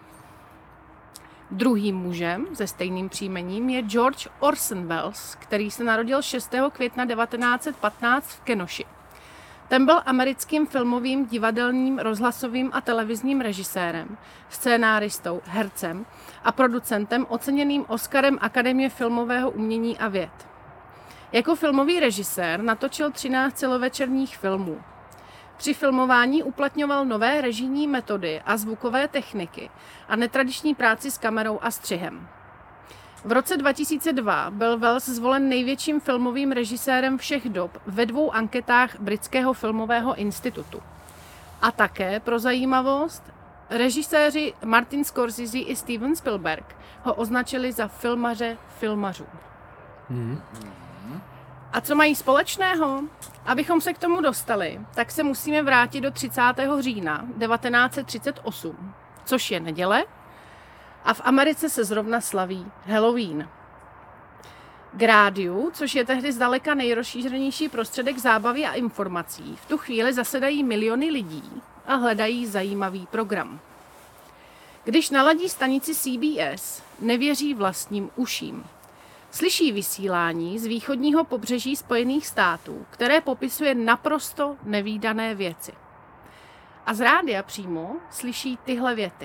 Druhým mužem se stejným příjmením je George Orson Welles, který se narodil šestého května devatenáct set patnáct v Kenoši. Ten byl americkým filmovým, divadelním, rozhlasovým a televizním režisérem, scénáristou, hercem a producentem oceněným Oscarem Akademie filmového umění a věd. Jako filmový režisér natočil třináct celovečerních filmů. Při filmování uplatňoval nové režijní metody a zvukové techniky a netradiční práci s kamerou a střihem. V roce dva tisíce dva byl Wells zvolen největším filmovým režisérem všech dob ve dvou anketách Britského filmového institutu. A také, pro zajímavost, režiséři Martin Scorsese i Steven Spielberg ho označili za filmaře filmařů. Hmm. A co mají společného? Abychom se k tomu dostali, tak se musíme vrátit do třicátého října devatenáct set třicet osm, což je neděle, a v Americe se zrovna slaví Halloween. K rádiu, což je tehdy zdaleka nejrozšířenější prostředek zábavy a informací, v tu chvíli zasedají miliony lidí a hledají zajímavý program. Když naladí stanici C B S, nevěří vlastním uším. Slyší vysílání z východního pobřeží Spojených států, které popisuje naprosto nevídané věci. A z rádia přímo slyší tyhle věty.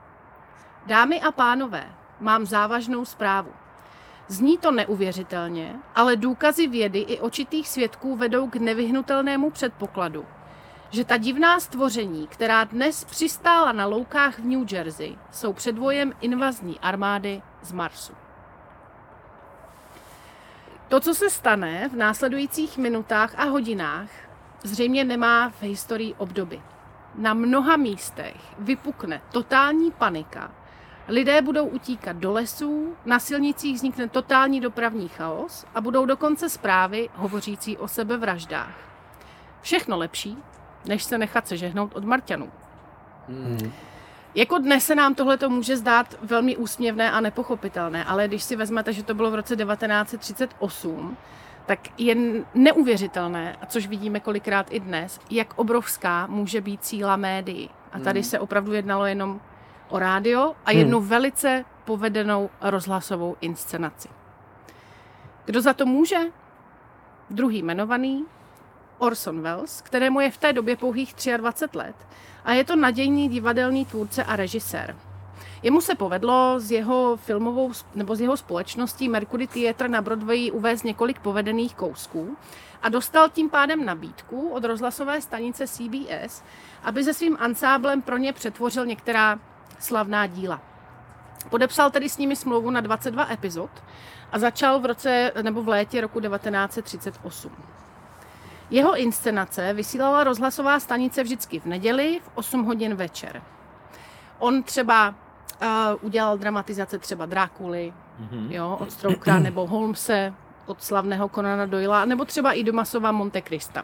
Dámy a pánové, mám závažnou zprávu. Zní to neuvěřitelně, ale důkazy vědy i očitých svědků vedou k nevyhnutelnému předpokladu, že ta divná stvoření, která dnes přistála na loukách v New Jersey, jsou předvojem invazní armády z Marsu. To, co se stane v následujících minutách a hodinách, zřejmě nemá v historii obdoby. na mnoha místech vypukne totální panika. Lidé budou utíkat do lesů, na silnicích vznikne totální dopravní chaos a budou dokonce zprávy hovořící o sebevraždách. Všechno lepší, než se nechat sežehnout od Marťanů. Hmm. Jako dnes se nám tohle může zdát velmi úsměvné a nepochopitelné, ale když si vezmete, že to bylo v roce devatenáct set třicet osm, tak je neuvěřitelné, což vidíme kolikrát i dnes, jak obrovská může být síla médií. A tady hmm. se opravdu jednalo jenom o rádio a jednu hmm. velice povedenou rozhlasovou inscenaci. Kdo za to může? Druhý jmenovaný, Orson Welles, kterému je v té době pouhých dvacet tři let a je to nadějný divadelní tvůrce a režisér. Jemu se povedlo z jeho filmovou nebo z jeho společností Mercury Theatre na Broadwayi uvést několik povedených kousků a dostal tím pádem nabídku od rozhlasové stanice C B S, aby se svým ansáblem pro ně přetvořil některá slavná díla. Podepsal tedy s nimi smlouvu na dvacet dva epizod a začal v roce nebo v létě roku devatenáct set třicet osm. Jeho inscenace vysílala rozhlasová stanice vždycky v neděli v osm hodin večer. On třeba uh, udělal dramatizace třeba Drákuly, mm-hmm. jo, od Strokera, nebo Holmese od slavného Conana Doylea, nebo třeba i Dumasova Monte Crista.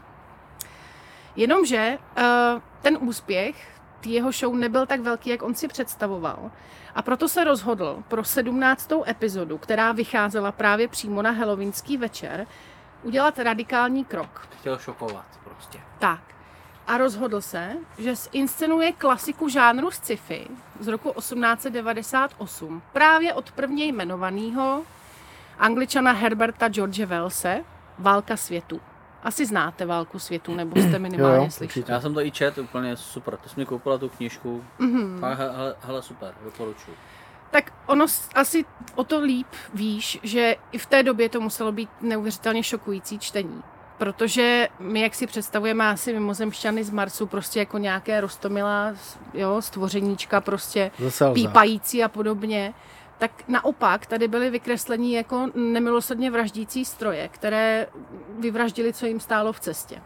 Jenomže uh, ten úspěch jeho show nebyl tak velký, jak on si představoval. A proto se rozhodl pro sedmnáctou epizodu, která vycházela právě přímo na halloweenský večer, udělat radikální krok. Chtěl šokovat prostě. Tak. A rozhodl se, že zinscenuje klasiku žánru sci-fi z roku osmnáct set devadesát osm právě od prvně jmenovaného Angličana Herberta George Wellse Válka světů. Asi znáte Válku světů, nebo jste minimálně jo, slyšeli. Já jsem to i čet, úplně super. To jsi mi koupila tu knížku. Mm-hmm. Hele, hele, super, doporučuji. Tak ono asi o to líp víš, že i v té době to muselo být neuvěřitelně šokující čtení. Protože my, jak si představujeme asi mimozemšťany z Marsu, prostě jako nějaké roztomilá, jo, stvořeníčka, prostě pípající a podobně, tak naopak tady byly vykreslení jako nemilosrdně vraždící stroje, které vyvraždili, co jim stálo v cestě.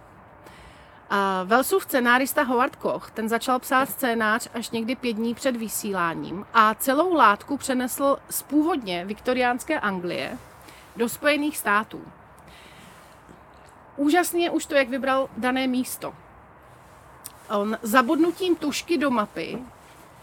A Wellsův scenárista Howard Koch, ten začal psát scénář až někdy pět dní před vysíláním a celou látku přenesl z původně viktoriánské Anglie do Spojených států. Úžasný je už to, jak vybral dané místo. On zabodnutím tušky do mapy e,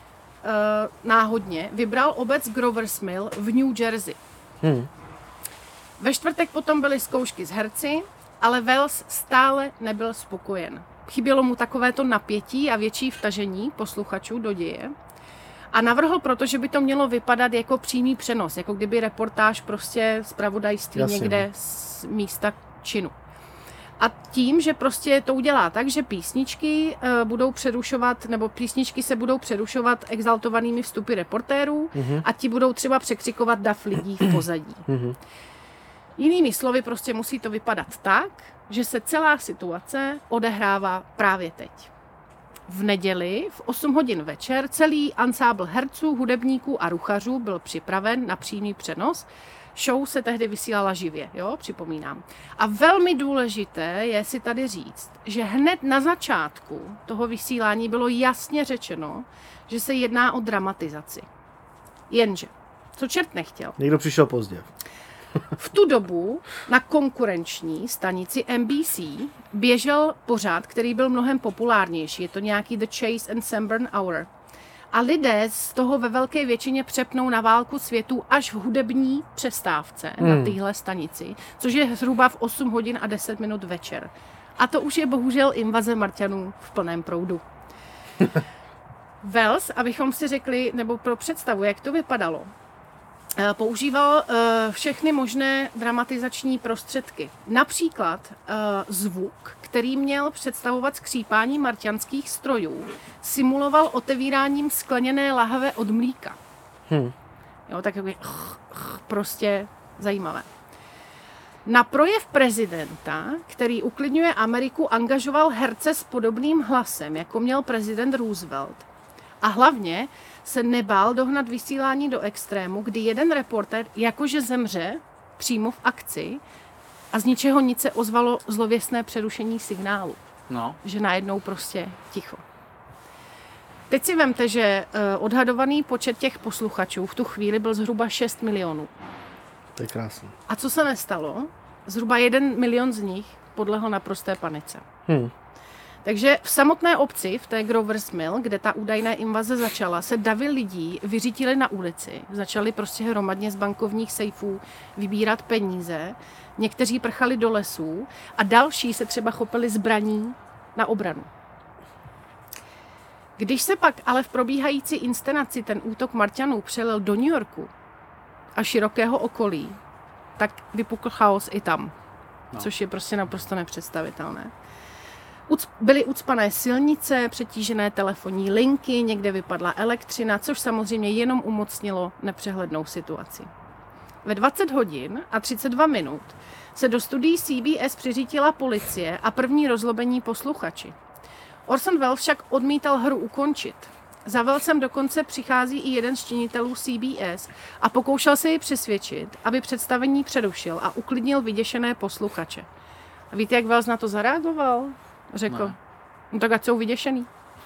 náhodně vybral obec Grover's Mill v New Jersey. Hmm. Ve čtvrtek potom byly zkoušky s herci, ale Wells stále nebyl spokojen. Chybělo mu takovéto napětí a větší vtažení posluchačů do děje. A navrhl proto, že by to mělo vypadat jako přímý přenos, jako kdyby reportáž prostě zpravodajství někde z místa činu. A tím, že prostě to udělá tak, že písničky uh, budou přerušovat, nebo písničky se budou přerušovat exaltovanými vstupy reportérů mm-hmm. a ti budou třeba překřikovat dav lidí v pozadí. Mm-hmm. Jinými slovy, prostě musí to vypadat tak, že se celá situace odehrává právě teď. V neděli v osm hodin večer celý ansábl herců, hudebníků a ruchařů byl připraven na přímý přenos. Show se tehdy vysílala živě, jo, připomínám. A velmi důležité je si tady říct, že hned na začátku toho vysílání bylo jasně řečeno, že se jedná o dramatizaci. Jenže, co čert nechtěl. Někdo přišel pozdě. V tu dobu na konkurenční stanici N B C běžel pořad, který byl mnohem populárnější. Je to nějaký The Chase and Sanborn Hour. A lidé z toho ve velké většině přepnou na Válku světů až v hudební přestávce hmm. na téhle stanici, což je zhruba v osm hodin a deset minut večer. A to už je bohužel invaze Marťanů v plném proudu. Wells, abychom si řekli, nebo pro představu, jak to vypadalo, používal všechny možné dramatizační prostředky. Například zvuk, který měl představovat skřípání marťanských strojů, simuloval otevíráním skleněné lahve od mlíka. Hmm. Jo, tak jako prostě zajímavé. Na projev prezidenta, který uklidňuje Ameriku, angažoval herce s podobným hlasem, jako měl prezident Roosevelt. A hlavně se nebál dohnat vysílání do extrému, kdy jeden reportér jakože zemře přímo v akci a z ničeho nic se ozvalo zlověstné přerušení signálu. No. Že najednou prostě ticho. Teď si vemte, že uh, odhadovaný počet těch posluchačů v tu chvíli byl zhruba šest milionů. To je krásné. A co se nestalo? Zhruba jeden milion z nich podlehl naprosté panice. Hmm. Takže v samotné obci, v té Grover's Mill, kde ta údajná invaze začala, se davy lidí vyřítili na ulici. Začali prostě hromadně z bankovních sejfů vybírat peníze. Někteří prchali do lesů a další se třeba chopili zbraní na obranu. Když se pak ale v probíhající inscenaci ten útok Marťanů přelil do New Yorku a širokého okolí, tak vypukl chaos i tam, no. Což je prostě naprosto nepředstavitelné. Byly ucpané silnice, přetížené telefonní linky, někde vypadla elektřina, což samozřejmě jenom umocnilo nepřehlednou situaci. Ve dvacet hodin a třicet dva minut se do studií C B S přiřítila policie a první rozlobení posluchači. Orson Welles však odmítal hru ukončit. Za Wellesem dokonce přichází i jeden z činitelů C B S a pokoušel se ji přesvědčit, aby představení přerušil a uklidnil vyděšené posluchače. A víte, jak Welles na to zareagoval? Řekl, no, no tak ať jsou vyděšený.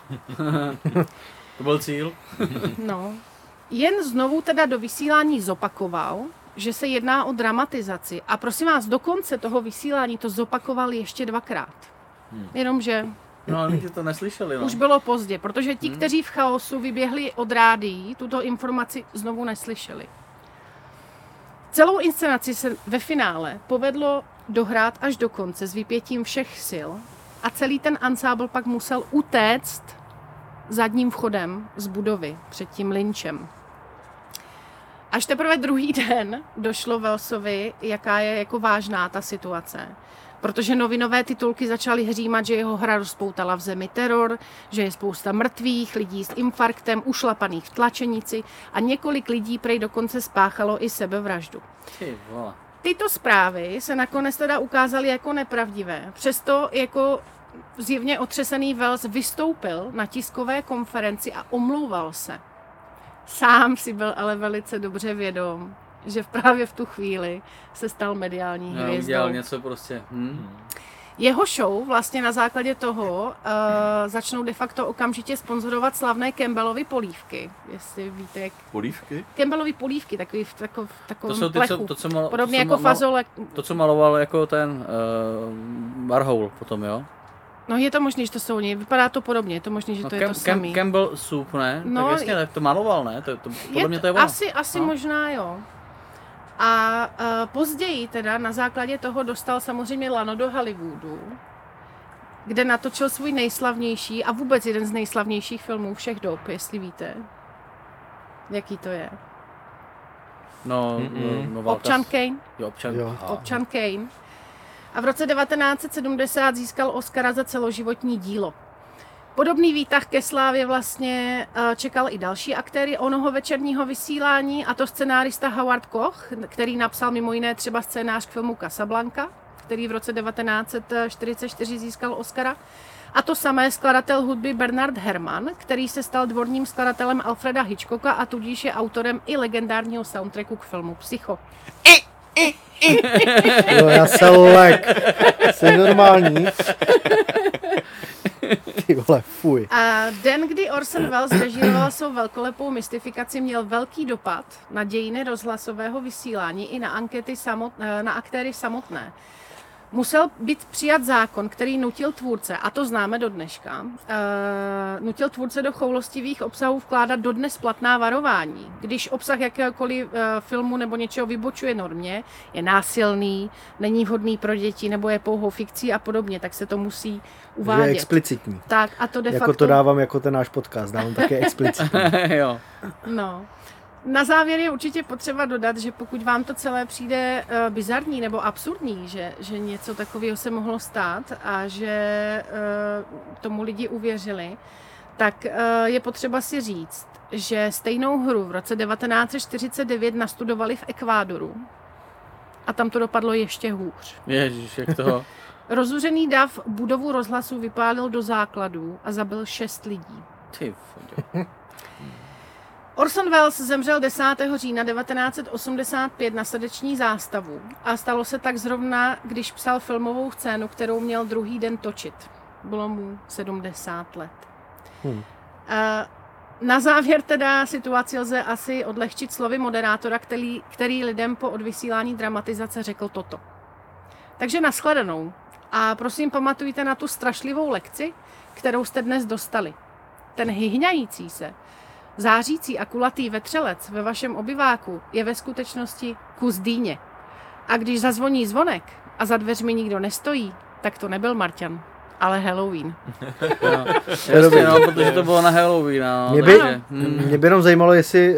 To byl cíl. No. Jen znovu teda do vysílání zopakoval, že se jedná o dramatizaci. A prosím vás, do konce toho vysílání to zopakoval ještě dvakrát. Hmm. Jenomže no, ale lidi to neslyšeli. No. Už bylo pozdě, protože ti, hmm. kteří v chaosu vyběhli od rádií, tuto informaci znovu neslyšeli. Celou inscenaci se ve finále povedlo dohrát až do konce s vypětím všech sil a celý ten ansábl pak musel utéct zadním vchodem z budovy před tím lynchem. Až teprve druhý den došlo Wellesovi, jaká je jako vážná ta situace. Protože novinové titulky začaly hřímat, že jeho hra rozpoutala v zemi teror, že je spousta mrtvých, lidí s infarktem, ušlapaných v tlačenici a několik lidí prej dokonce spáchalo i sebevraždu. Ty vole. Tyto zprávy se nakonec teda ukázaly jako nepravdivé. Přesto jako zjevně otřesený Welles vystoupil na tiskové konferenci a omlouval se. Sám si byl ale velice dobře vědom, že právě v tu chvíli se stal mediální hvězdou. No, udělal něco prostě. Hmm. Jeho show vlastně na základě toho uh, začnou de facto okamžitě sponzorovat slavné Campbellovy polívky. Jestli víte, jak... Polívky? Campbellovy polívky, takový v takov, takovém to jsou ty, plechu. Co, to, co mal, Podobně to, jako mal, fazole. To, co maloval jako ten uh, Warhol potom, jo? No je to možný, že to jsou oni. Vypadá to podobně, je to možný, že no, to Cam, je to samý. Campbell soup, ne? No, tak jasně, tak to maloval, ne? To, to, podle je mě to je ono. Asi, asi no. Možná jo. A uh, později teda na základě toho dostal samozřejmě lano do Hollywoodu, kde natočil svůj nejslavnější a vůbec jeden z nejslavnějších filmů všech dob, jestli víte. Jaký to je? No, no Občan Kane. Jo, občan. Jo. Občan Kane. A v roce devatenáct set sedmdesát získal Oscara za celoživotní dílo. Podobný výtah ke slávě vlastně čekal i další aktéry onoho večerního vysílání, a to scenárista Howard Koch, který napsal mimo jiné třeba scénář k filmu Casablanca, který v roce devatenáct set čtyřicet čtyři získal Oscara. A to samé skladatel hudby Bernard Herrmann, který se stal dvorním skladatelem Alfreda Hitchcocka a tudíž je autorem i legendárního soundtracku k filmu Psycho. Jo, já se lek. Jsi normální. Ty vole, fuj. A den, kdy Orson Welles režíroval svou velkolepou mystifikaci, měl velký dopad na dějiny rozhlasového vysílání i na ankety samot, na aktéry samotné. Musel být přijat zákon, který nutil tvůrce, a to známe do dneška, uh, nutil tvůrce do choulostivých obsahů vkládat dodnes platná varování. Když obsah jakéhokoliv uh, filmu nebo něčeho vybočuje normě, je násilný, není vhodný pro děti nebo je pouhou fikcí a podobně, tak se to musí uvádět. Je explicitní. Tak, a to de jako facto... to dávám jako ten náš podcast, dávám také explicitní. Jo. No. Na závěr je určitě potřeba dodat, že pokud vám to celé přijde uh, bizarní nebo absurdní, že, že něco takového se mohlo stát a že uh, tomu lidi uvěřili, tak uh, je potřeba si říct, že stejnou hru v roce devatenáct set čtyřicet devět nastudovali v Ekvádoru a tam to dopadlo ještě hůř. Ježiš, jak toho... Rozuřený dav budovu rozhlasu vypálil do základů a zabil šest lidí. Ty fotě. Orson Welles zemřel desátého října devatenáct set osmdesát pět na srdeční zástavu a stalo se tak zrovna, když psal filmovou scénu, kterou měl druhý den točit. Bylo mu sedmdesát let. Hmm. Na závěr teda situaci lze asi odlehčit slovy moderátora, který, který lidem po odvysílání dramatizace řekl toto. Takže nashledanou. A prosím pamatujte na tu strašlivou lekci, kterou jste dnes dostali. Ten hyhňající se, zářící a kulatý vetřelec ve vašem obyváku je ve skutečnosti kus dýně. A když zazvoní zvonek a za dveřmi nikdo nestojí, tak to nebyl Marťan, ale Halloween. No, jasně, no, protože to bylo na Halloween. No, mě, by, takže, hmm. mě by jenom zajímalo, jestli uh,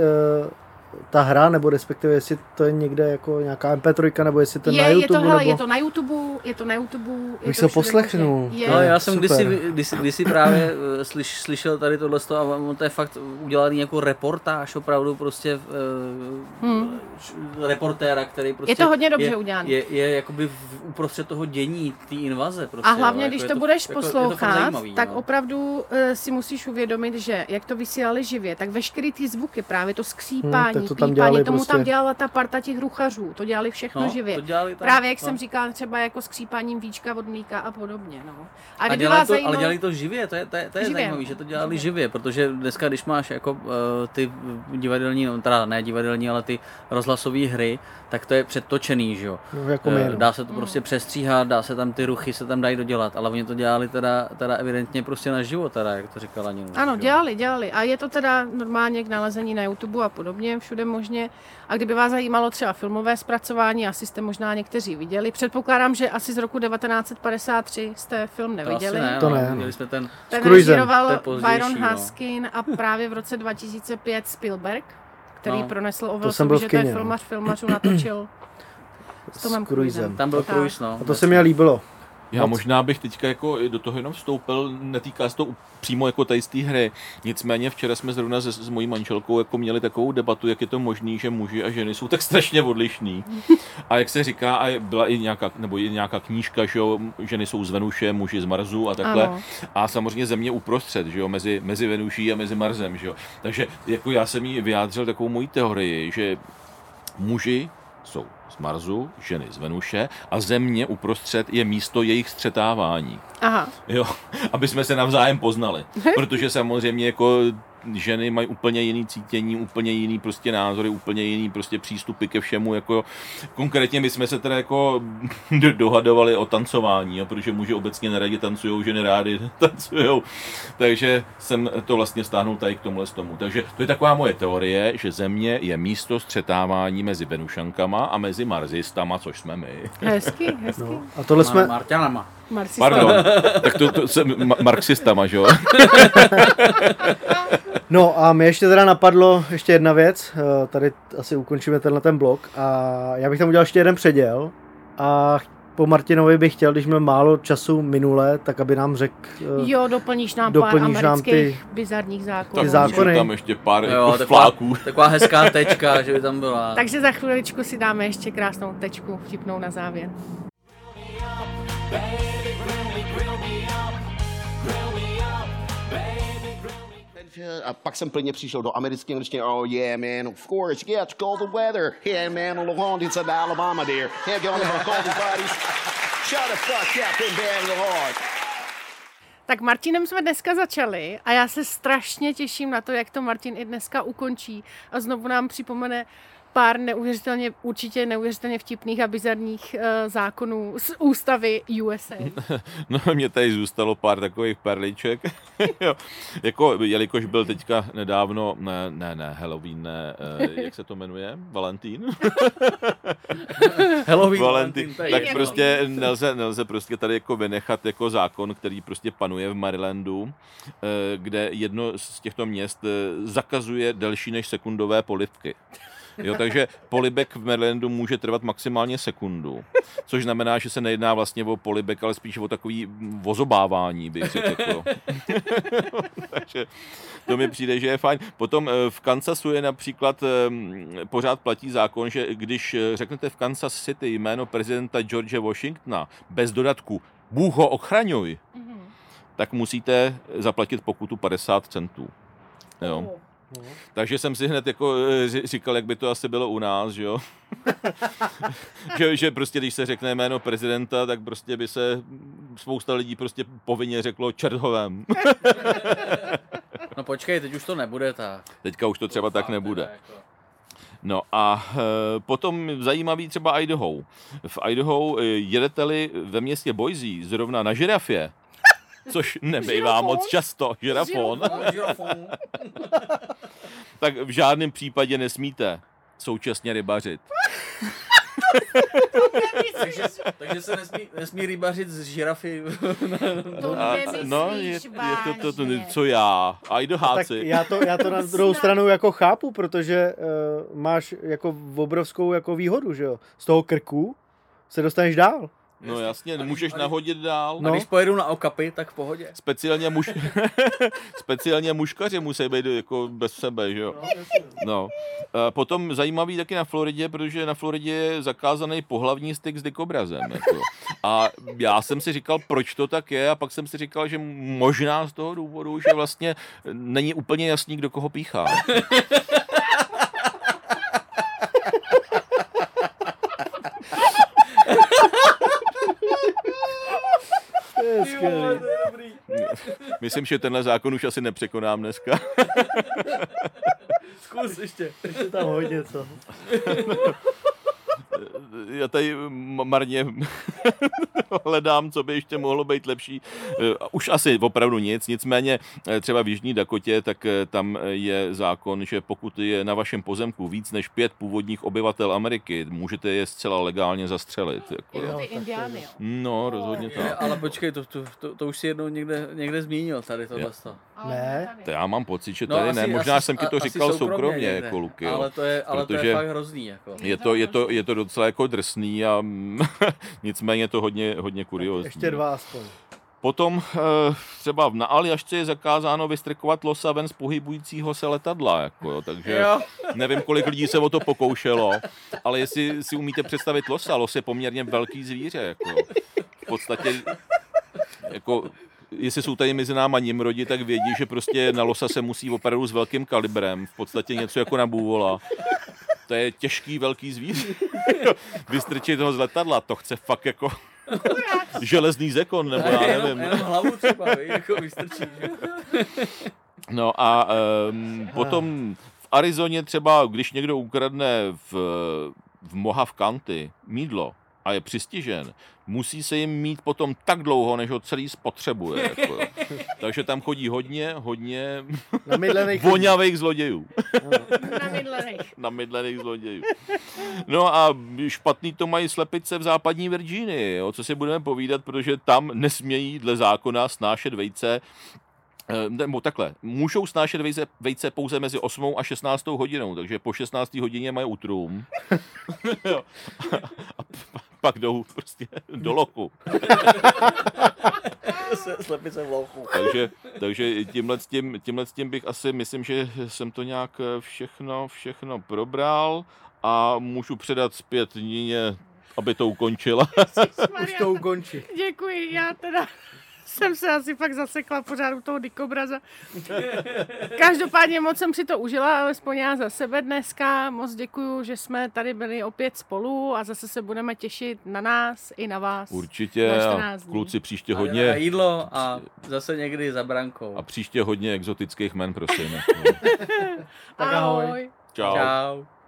ta hra, nebo respektive jestli to je někde jako nějaká em pé tři, nebo jestli to je na YouTube. Je to, hele, nebo... je to na YouTube, je to na YouTube. Bych se poslechnul. No, já jsem kdysi, kdysi, kdysi právě slyš, slyšel tady tohle a on to je fakt udělaný jako reportáž, opravdu prostě uh, hmm. reportéra, který prostě je to hodně dobře je, udělaný. Je, je jakoby v, uprostřed toho dění, té invaze. Prostě, a hlavně, jo, když jako to budeš jako, poslouchat, to zajímavý, tak no. opravdu uh, si musíš uvědomit, že jak to vysílali živě, tak veškerý ty zvuky, právě to skřípání, hmm, to pípání, tomu prostě... tam dělala ta parta těch ruchařů, to dělali všechno no, živě. Dělali tam, právě jak no. jsem říkala, třeba jako skřípáním víčka od mlíka a podobně. No. A, a dělali to, zajímalo... Ale dělali to živě, to je, to je, to je zajímavé, že to dělali živě. živě, protože dneska, když máš jako uh, ty divadelní, no teda ne divadelní, ale ty rozhlasové hry, tak to je předtočený, že jo. No, jako uh, dá se to prostě přestříhat, dá se tam ty ruchy se tam dají dodělat, ale oni to dělali teda, teda evidentně prostě na živo, teda, jak to říkala Ninu. Ano, dělali, dělali. A je to teda normálně k nalezení na YouTube a podobně, všude možně. A kdyby vás zajímalo třeba filmové zpracování, asi jste možná někteří viděli. Předpokládám, že asi z roku devatenáct set padesát tři jste film neviděli. To, ne, to no, ne. Viděli jsme ten, ten režíroval Byron Haskin a právě v roce dva tisíce pět Spielberg, který no. pronesl o Wilsovi, že to je filmař filmařů, natočil s Tomem Cruisem. Tam byl Cruise, no. A to se mi líbilo. Já možná bych teďka jako do toho jenom vstoupil, netýká se to přímo jako tady z té hry. Nicméně včera jsme zrovna s, s mojí manželkou jako měli takovou debatu, jak je to možný, že muži a ženy jsou tak strašně odlišní. A jak se říká, a byla i nějaká, nebo i nějaká knížka, že jo, ženy jsou z Venuše, muži z Marsu a takhle. Ano. A samozřejmě Země uprostřed, že jo, mezi, mezi Venuší a mezi Marsem, že jo. Takže jako já jsem jí vyjádřil takovou moji teorii, že muži jsou z Marsu, ženy z Venuše a Země uprostřed je místo jejich střetávání. Aha. Jo, aby jsme se navzájem poznali. Protože samozřejmě jako ženy mají úplně jiný cítění, úplně jiný prostě názory, úplně jiný prostě přístupy ke všemu. Jako, konkrétně my jsme se teda jako dohadovali o tancování, jo, protože muži obecně neradi tancujou, ženy rády tancujou. Takže jsem to vlastně stáhnul tady k tomuhle tomu. Takže to je taková moje teorie, že Země je místo střetávání mezi Venušankama a mezi Marzistama, což jsme my. Hezky, hezky. No, a tohle jsme... Marťanama. Pardon, tak to, to jsem ma- marxistama, že jo? No a mě ještě teda napadlo ještě jedna věc, tady asi ukončíme tenhle ten blok a já bych tam udělal ještě jeden předěl a po Martinovi bych chtěl, když jsme málo času minule, tak aby nám řekl... Jo, doplníš nám doplníš pár amerických ty, bizarních zákonů. Ty zákony. Tam ještě pár jo, jako taková, fláků. Taková hezká tečka, že by tam byla. Takže za chviličku si dáme ještě krásnou tečku vtipnou na závěr. A pak jsem plně přišel do americké angličtiny. Oh yeah, man, of course, yeah, it's called the weather. Yeah, man, all along it's in Alabama there. Yeah, go on to call the buddies. Shut the fuck up and bang the heart. Tak Martinem jsme dneska začali a já se strašně těším na to, jak to Martin i dneska ukončí a znovu nám připomene pár neuvěřitelně, určitě neuvěřitelně vtipných a bizarních uh, zákonů z ústavy U S A. No, mě tady zůstalo pár takových perliček. Jo. Jako, jelikož byl teďka nedávno, ne, ne, ne, Halloween, ne, uh, jak se to jmenuje? Valentín? Halloween, Valentín. Tak prostě nelze, nelze prostě tady jako vynechat jako zákon, který prostě panuje v Marylandu, uh, kde jedno z těchto měst uh, zakazuje delší než sekundové polibky. Jo, takže polibek v Marylandu může trvat maximálně sekundu, což znamená, že se nejedná vlastně o polibek, ale spíš o takový vozobávání, bych řekl. Takže to mi přijde, že je fajn. Potom v Kansasu je například pořád platí zákon, že když řeknete v Kansas City jméno prezidenta George Washingtona bez dodatku Bůh ho ochraňuj, tak musíte zaplatit pokutu padesát centů. Jo. Takže jsem si hned jako říkal, jak by to asi bylo u nás, že jo? že, že prostě, když se řekne jméno prezidenta, tak prostě by se spousta lidí prostě povinně řeklo čerthovém. No No počkej, teď už to nebude tak. Teďka už to třeba tak nebude. Jako. No a e, potom zajímavý třeba Idaho. V Idaho e, jedete-li ve městě Boise zrovna na žirafě, což nebejvá moc často, žirafon, tak v žádném případě nesmíte současně rybařit. takže, takže se nesmí, nesmí rybařit z žirafy. To A, no, je, je to, to, to, co já. Idaháci. Tak já to, já to na druhou stranu jako chápu, protože uh, máš jako obrovskou jako výhodu, že jo. Z toho krku se dostaneš dál. No jasně, můžeš nahodit dál. No. A když pojedu na Okapy, tak v pohodě. Speciálně, muž... Speciálně muškaři musí být jako bez sebe, že jo. No. Potom zajímavý taky na Floridě, protože na Floridě je zakázaný pohlavní styk s dikobrazem. Jako. A já jsem si říkal, proč to tak je, a pak jsem si říkal, že možná z toho důvodu, že vlastně není úplně jasný, kdo koho píchá. Myslím, že tenhle zákon už asi nepřekonám dneska. Zkus ještě. Ještě tam hodně co. Já tady marně hledám, co by ještě mohlo být lepší. Už asi opravdu nic, nicméně třeba v Jižní Dakotě, tak tam je zákon, že pokud je na vašem pozemku víc než pět původních obyvatel Ameriky, můžete je zcela legálně zastřelit. Jako. Jako ty indiány, jo. No, rozhodně Je, tak. ale počkej, to, to, to, to už si jednou někde, někde zmínil, tady tohle. Ne. To já mám pocit, že No, tady asi, ne. Možná asi, jsem ti to asi říkal soukromě, soukromě, někde. jako Luky. Jo. Ale to je, ale to je fakt hrozný. Jako. Je to, je, to, je to docela jako drsný a nicméně to hodně, hodně kuriózní. Ještě dva aspoň. Potom třeba na Aljašce je zakázáno vystrkovat losa ven z pohybujícího se letadla, jako, jo, takže Jo. nevím, kolik lidí se o to pokoušelo, ale jestli si umíte představit losa, los je poměrně velký zvíře, jako, v podstatě, jako, jestli jsou tady mezi náma Nimrodi, tak vědí, že prostě na losa se musí opravdu s velkým kalibrem, v podstatě něco jako na bůvola. To je těžký, velký zvíře. Vystrčit ho z letadla, to chce fakt jako železný zekon, nebo já nevím. Jenom, jenom hlavu třeba, jako vystrčí. No a um, potom v Arizoně třeba, když někdo ukradne v, v Mojave County mýdlo a je přistižen, musí se jim mít potom tak dlouho, než ho celý spotřebuje. Jako. Takže tam chodí hodně, hodně vonavých zlodějů. Namydlených. Namydlených zlodějů. No a špatný to mají slepice v západní Virginii, jo, co si budeme povídat, protože tam nesmějí dle zákona snášet vejce. Nebo takhle, můžou snášet vejce, vejce pouze mezi osmou a šestnáctou hodinou, takže po šestnácté hodině mají útrum. A pak jdou prostě do lochu. Slepice v lochu. Takže, takže tímhle, s tím, tímhle s tím bych asi, myslím, že jsem to nějak všechno, všechno probral a můžu předat zpět Níně, aby to ukončila. Už to ukončí. Děkuji, já teda jsem se asi fakt zasekla pořád u toho dikobraza. Každopádně moc jsem si to užila, alespoň já za sebe dneska. Moc děkuju, že jsme tady byli opět spolu a zase se budeme těšit na nás i na vás. Určitě a kluci příště hodně. A jídlo a zase někdy za brankou. A příště hodně exotických men, prosím. Tak ahoj. Ahoj. Čau. Čau.